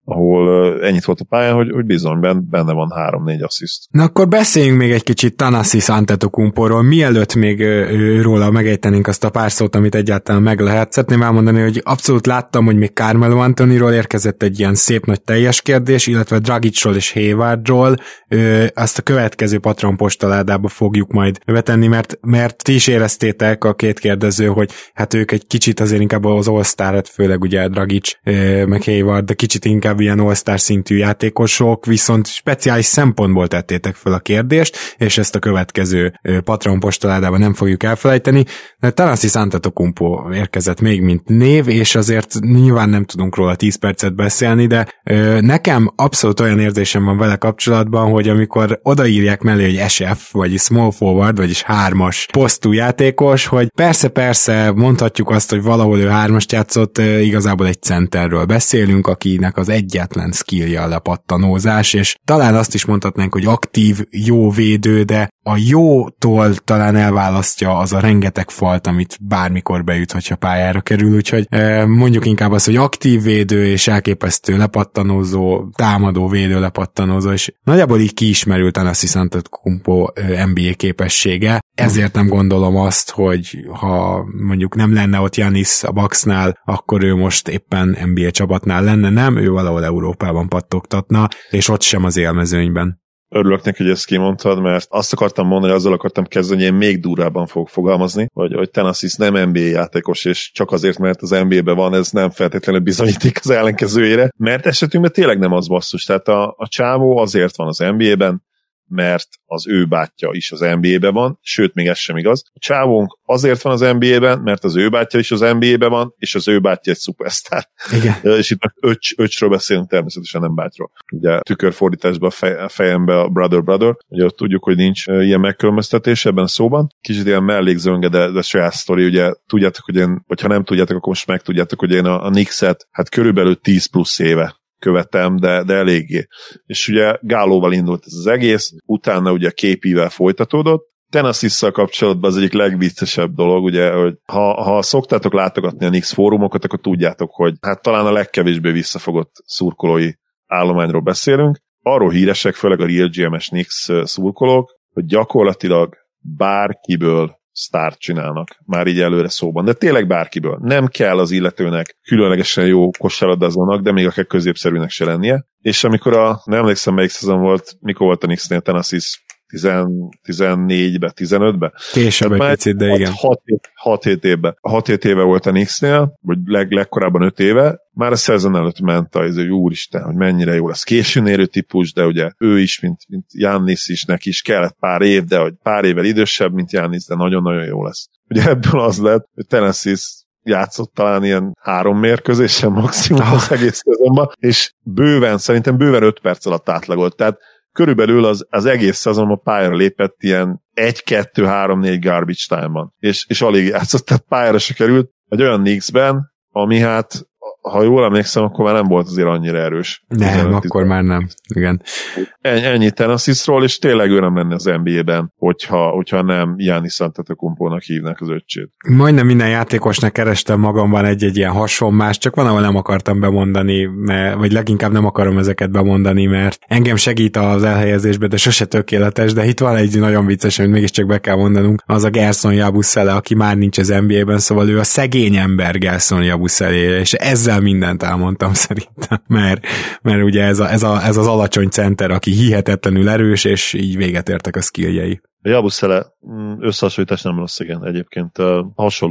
ahol ennyit volt a pályán, hogy bizony benne van 3-4 assziszt. Na akkor beszéljünk még egy kicsit Thanasis Antetokounmporól, mielőtt még róla megejtenénk azt a pár szót, amit egyáltalán meg lehet. Szeretném elmondani, hogy abszolút láttam, hogy még Carmelo Anthonyról érkezett egy ilyen szép nagy teljes kérdés, illetve Dragicról és Haywardról. Azt a következő Patreon postaládába fogjuk majd betenni, mert ti is éreztétek a 2 kérdező, hogy hát ők egy kicsit azért inkább az All-Star, hát főleg ugye Dragic meg Hayward, de kicsit inkább ilyen All-Star szintű játékosok, viszont speciális szempontból tettétek fel a kérdést, és ezt a következő Patreon postaládában nem fogjuk elfelejteni. De Thanasis Antetokounmpo érkezett még mint név, és azért nyilván nem tudunk róla 10 percet beszélni, de nekem abszolút olyan érzésem van vele kapcsolatban, hogy amikor odaírják mellé, hogy SF, vagy small forward, vagyis 3-as posztú játékos, hogy persze mondhatjuk azt, hogy valahol ő 3-ast játszott, igazából egy centerről beszélünk, akinek az egyetlen skillje a lepattanózás, és talán azt is mondhatnánk, hogy aktív, jó védő, de a jótól talán elválasztja az a rengeteg falt, amit bármikor beüt, hogyha pályára kerül, úgyhogy mondjuk inkább azt, hogy aktív védő és elképesztő lepattanózó, támadó védő lepattanózó, és nagyjából így kiismerült Thanasis Antetokounmpo NBA képessége, ezért nem gondolom azt, hogy ha mondjuk nem lenne ott Giannis a Bucksnál, akkor ő most éppen NBA csapatnál lenne, nem, ő valahol Európában pattogtatna, és ott sem az élmezőnyben. Örülök neki, hogy ezt kimondtad, mert azt akartam mondani, azzal akartam kezdeni, hogy én még durvábban fogok fogalmazni, hogy Thanasis nem NBA játékos, és csak azért, mert az NBA-ben van, ez nem feltétlenül bizonyíték az ellenkezőjére, mert esetünkben tényleg nem az basszus. Tehát a csávó azért van az NBA-ben, mert az ő bátyja is az NBA-ben van, sőt, még ez sem igaz. A csávónk azért van az NBA-ben, mert az ő bátyja is az NBA-ben van, és az ő bátyja egy szupersztár. Igen. És itt öcsről beszélünk, természetesen nem bátyról. Ugye tükörfordításban a fejembe a brother, ugye ott tudjuk, hogy nincs ilyen megkülönböztetés ebben a szóban. Kicsit ilyen mellékzőnge, de saját sztori, ugye tudjátok, hogy én, vagy ha nem tudjátok, akkor most megtudjátok, hogy én a Knicks-et hát körülbelül 10 plusz éve követem, de eléggé. És ugye Gálóval indult ez az egész, utána ugye KP-vel folytatódott. Thanasisszal kapcsolatban az egyik legviccesebb dolog, ugye, hogy ha szoktátok látogatni a Knicks fórumokat, akkor tudjátok, hogy hát talán a legkevésbé visszafogott szurkolói állományról beszélünk. Arról híresek, főleg a Real GM-es Knicks szurkolók, hogy gyakorlatilag bárkiből sztárt csinálnak, már így előre szóban, de tényleg bárkiből. Nem kell az illetőnek különlegesen jó kosárlabdázónak, de még akár középszerűnek se lennie. És amikor nem emlékszem, melyik szezon volt, mikor volt a Knicksnél Thanasis 14-be, 15-be? Később egy picit, de igen. 6-7 évben. 6-7 éve volt a Knicksnél, vagy legkorábban 5 éve, már a szezon előtt ment hogy úristen, hogy mennyire jó lesz. Későn érő típus, de ugye ő is, mint Giannis is, neki is kellett pár év, de hogy pár évvel idősebb, mint Giannis, de nagyon-nagyon jó lesz. Ugye ebből az lett, hogy Thanasis játszott talán ilyen 3 mérkőzésen maximum az egész szezonban, és szerintem bőven 5 perc alatt átlagolt. Tehát körülbelül az egész szezonban pályára lépett ilyen 1-2-3-4 garbage time-ban, és alig játszott, tehát pályára se került egy olyan Knicksben, ami hát, ha jól emlékszem, akkor már nem volt azért annyira erős. Nem, akkor már nem. Igen. Ennyi Thanasisról, és tényleg ő nem lenne az NBA-ben, hogyha nem Giannis Antetokounmpónak hívnak az öccsét. Majdnem minden játékosnak kerestem magamban egy ilyen hasonmást, csak van, ahol nem akartam bemondani, vagy leginkább nem akarom ezeket bemondani, mert engem segít az elhelyezésbe, de sose tökéletes, de itt van egy nagyon vicces, amit mégiscsak be kell mondanunk, az a Gerson Yabusele, aki már nincs az NBA-ben, szóval ő a szegény ember Gerson Yabusele, és ezzel mindent elmondtam szerintem, mert ugye ez az alacsony center, aki hihetetlenül erős, és így véget értek a skilljei. A Yabusele összehasonlítás nem rossz, igen, egyébként hasonló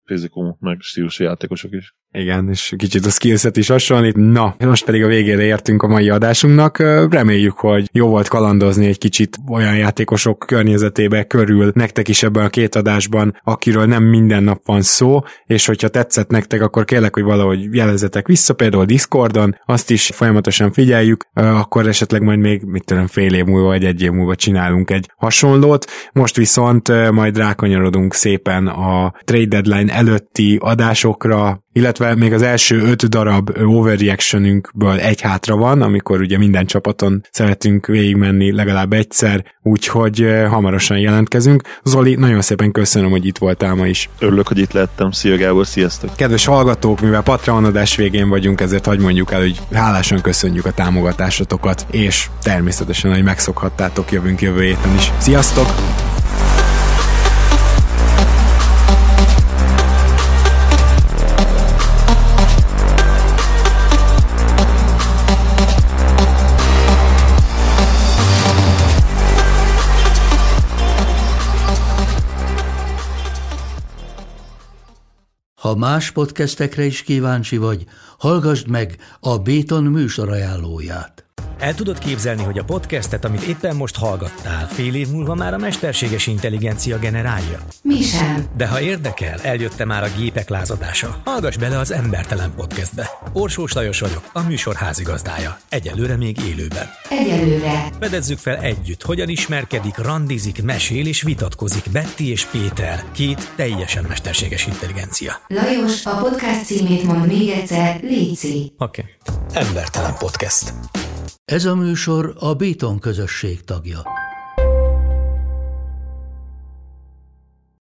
fizikumú, meg stílusú játékosok is. Igen, és kicsit a skillset is hasonlít. Na, most pedig a végére értünk a mai adásunknak. Reméljük, hogy jó volt kalandozni egy kicsit olyan játékosok környezetébe körül nektek is ebben a 2 adásban, akiről nem minden nap van szó, és hogyha tetszett nektek, akkor kérlek, hogy valahogy jelezzetek vissza, például Discordon, azt is folyamatosan figyeljük, akkor esetleg majd még, fél év múlva vagy 1 év múlva csinálunk egy hasonlót. Most viszont majd rákanyarodunk szépen a trade deadline előtti adásokra, illetve még az első 5 darab overreactionünkből 1 hátra van, amikor ugye minden csapaton szeretünk végigmenni legalább egyszer, úgyhogy hamarosan jelentkezünk. Zoli, nagyon szépen köszönöm, hogy itt voltál ma is. Örülök, hogy itt lettem. Szia Gábor, sziasztok! Kedves hallgatók, mivel Patreon adás végén vagyunk, ezért hadd mondjuk el, hogy hálásan köszönjük a támogatásotokat, és természetesen, hogy megszokhattátok, jövünk jövő héten is. Sziasztok! Ha más podcastekre is kíváncsi vagy, hallgassd meg a Béton műsor ajánlóját. El tudod képzelni, hogy a podcastet, amit éppen most hallgattál, fél év múlva már a mesterséges intelligencia generálja? Mi sem. De ha érdekel, eljött már a gépek lázadása. Hallgass bele az Embertelen Podcastbe. Orsós Lajos vagyok, a műsor házigazdája. Egyelőre még élőben. Egyelőre. Fedezzük fel együtt, hogyan ismerkedik, randizik, mesél és vitatkozik Betty és Péter, 2 teljesen mesterséges intelligencia. Lajos, a podcast címét mondd még egyszer, léci. Oké. Embertelen Podcast. Ez a műsor a Béton közösség tagja.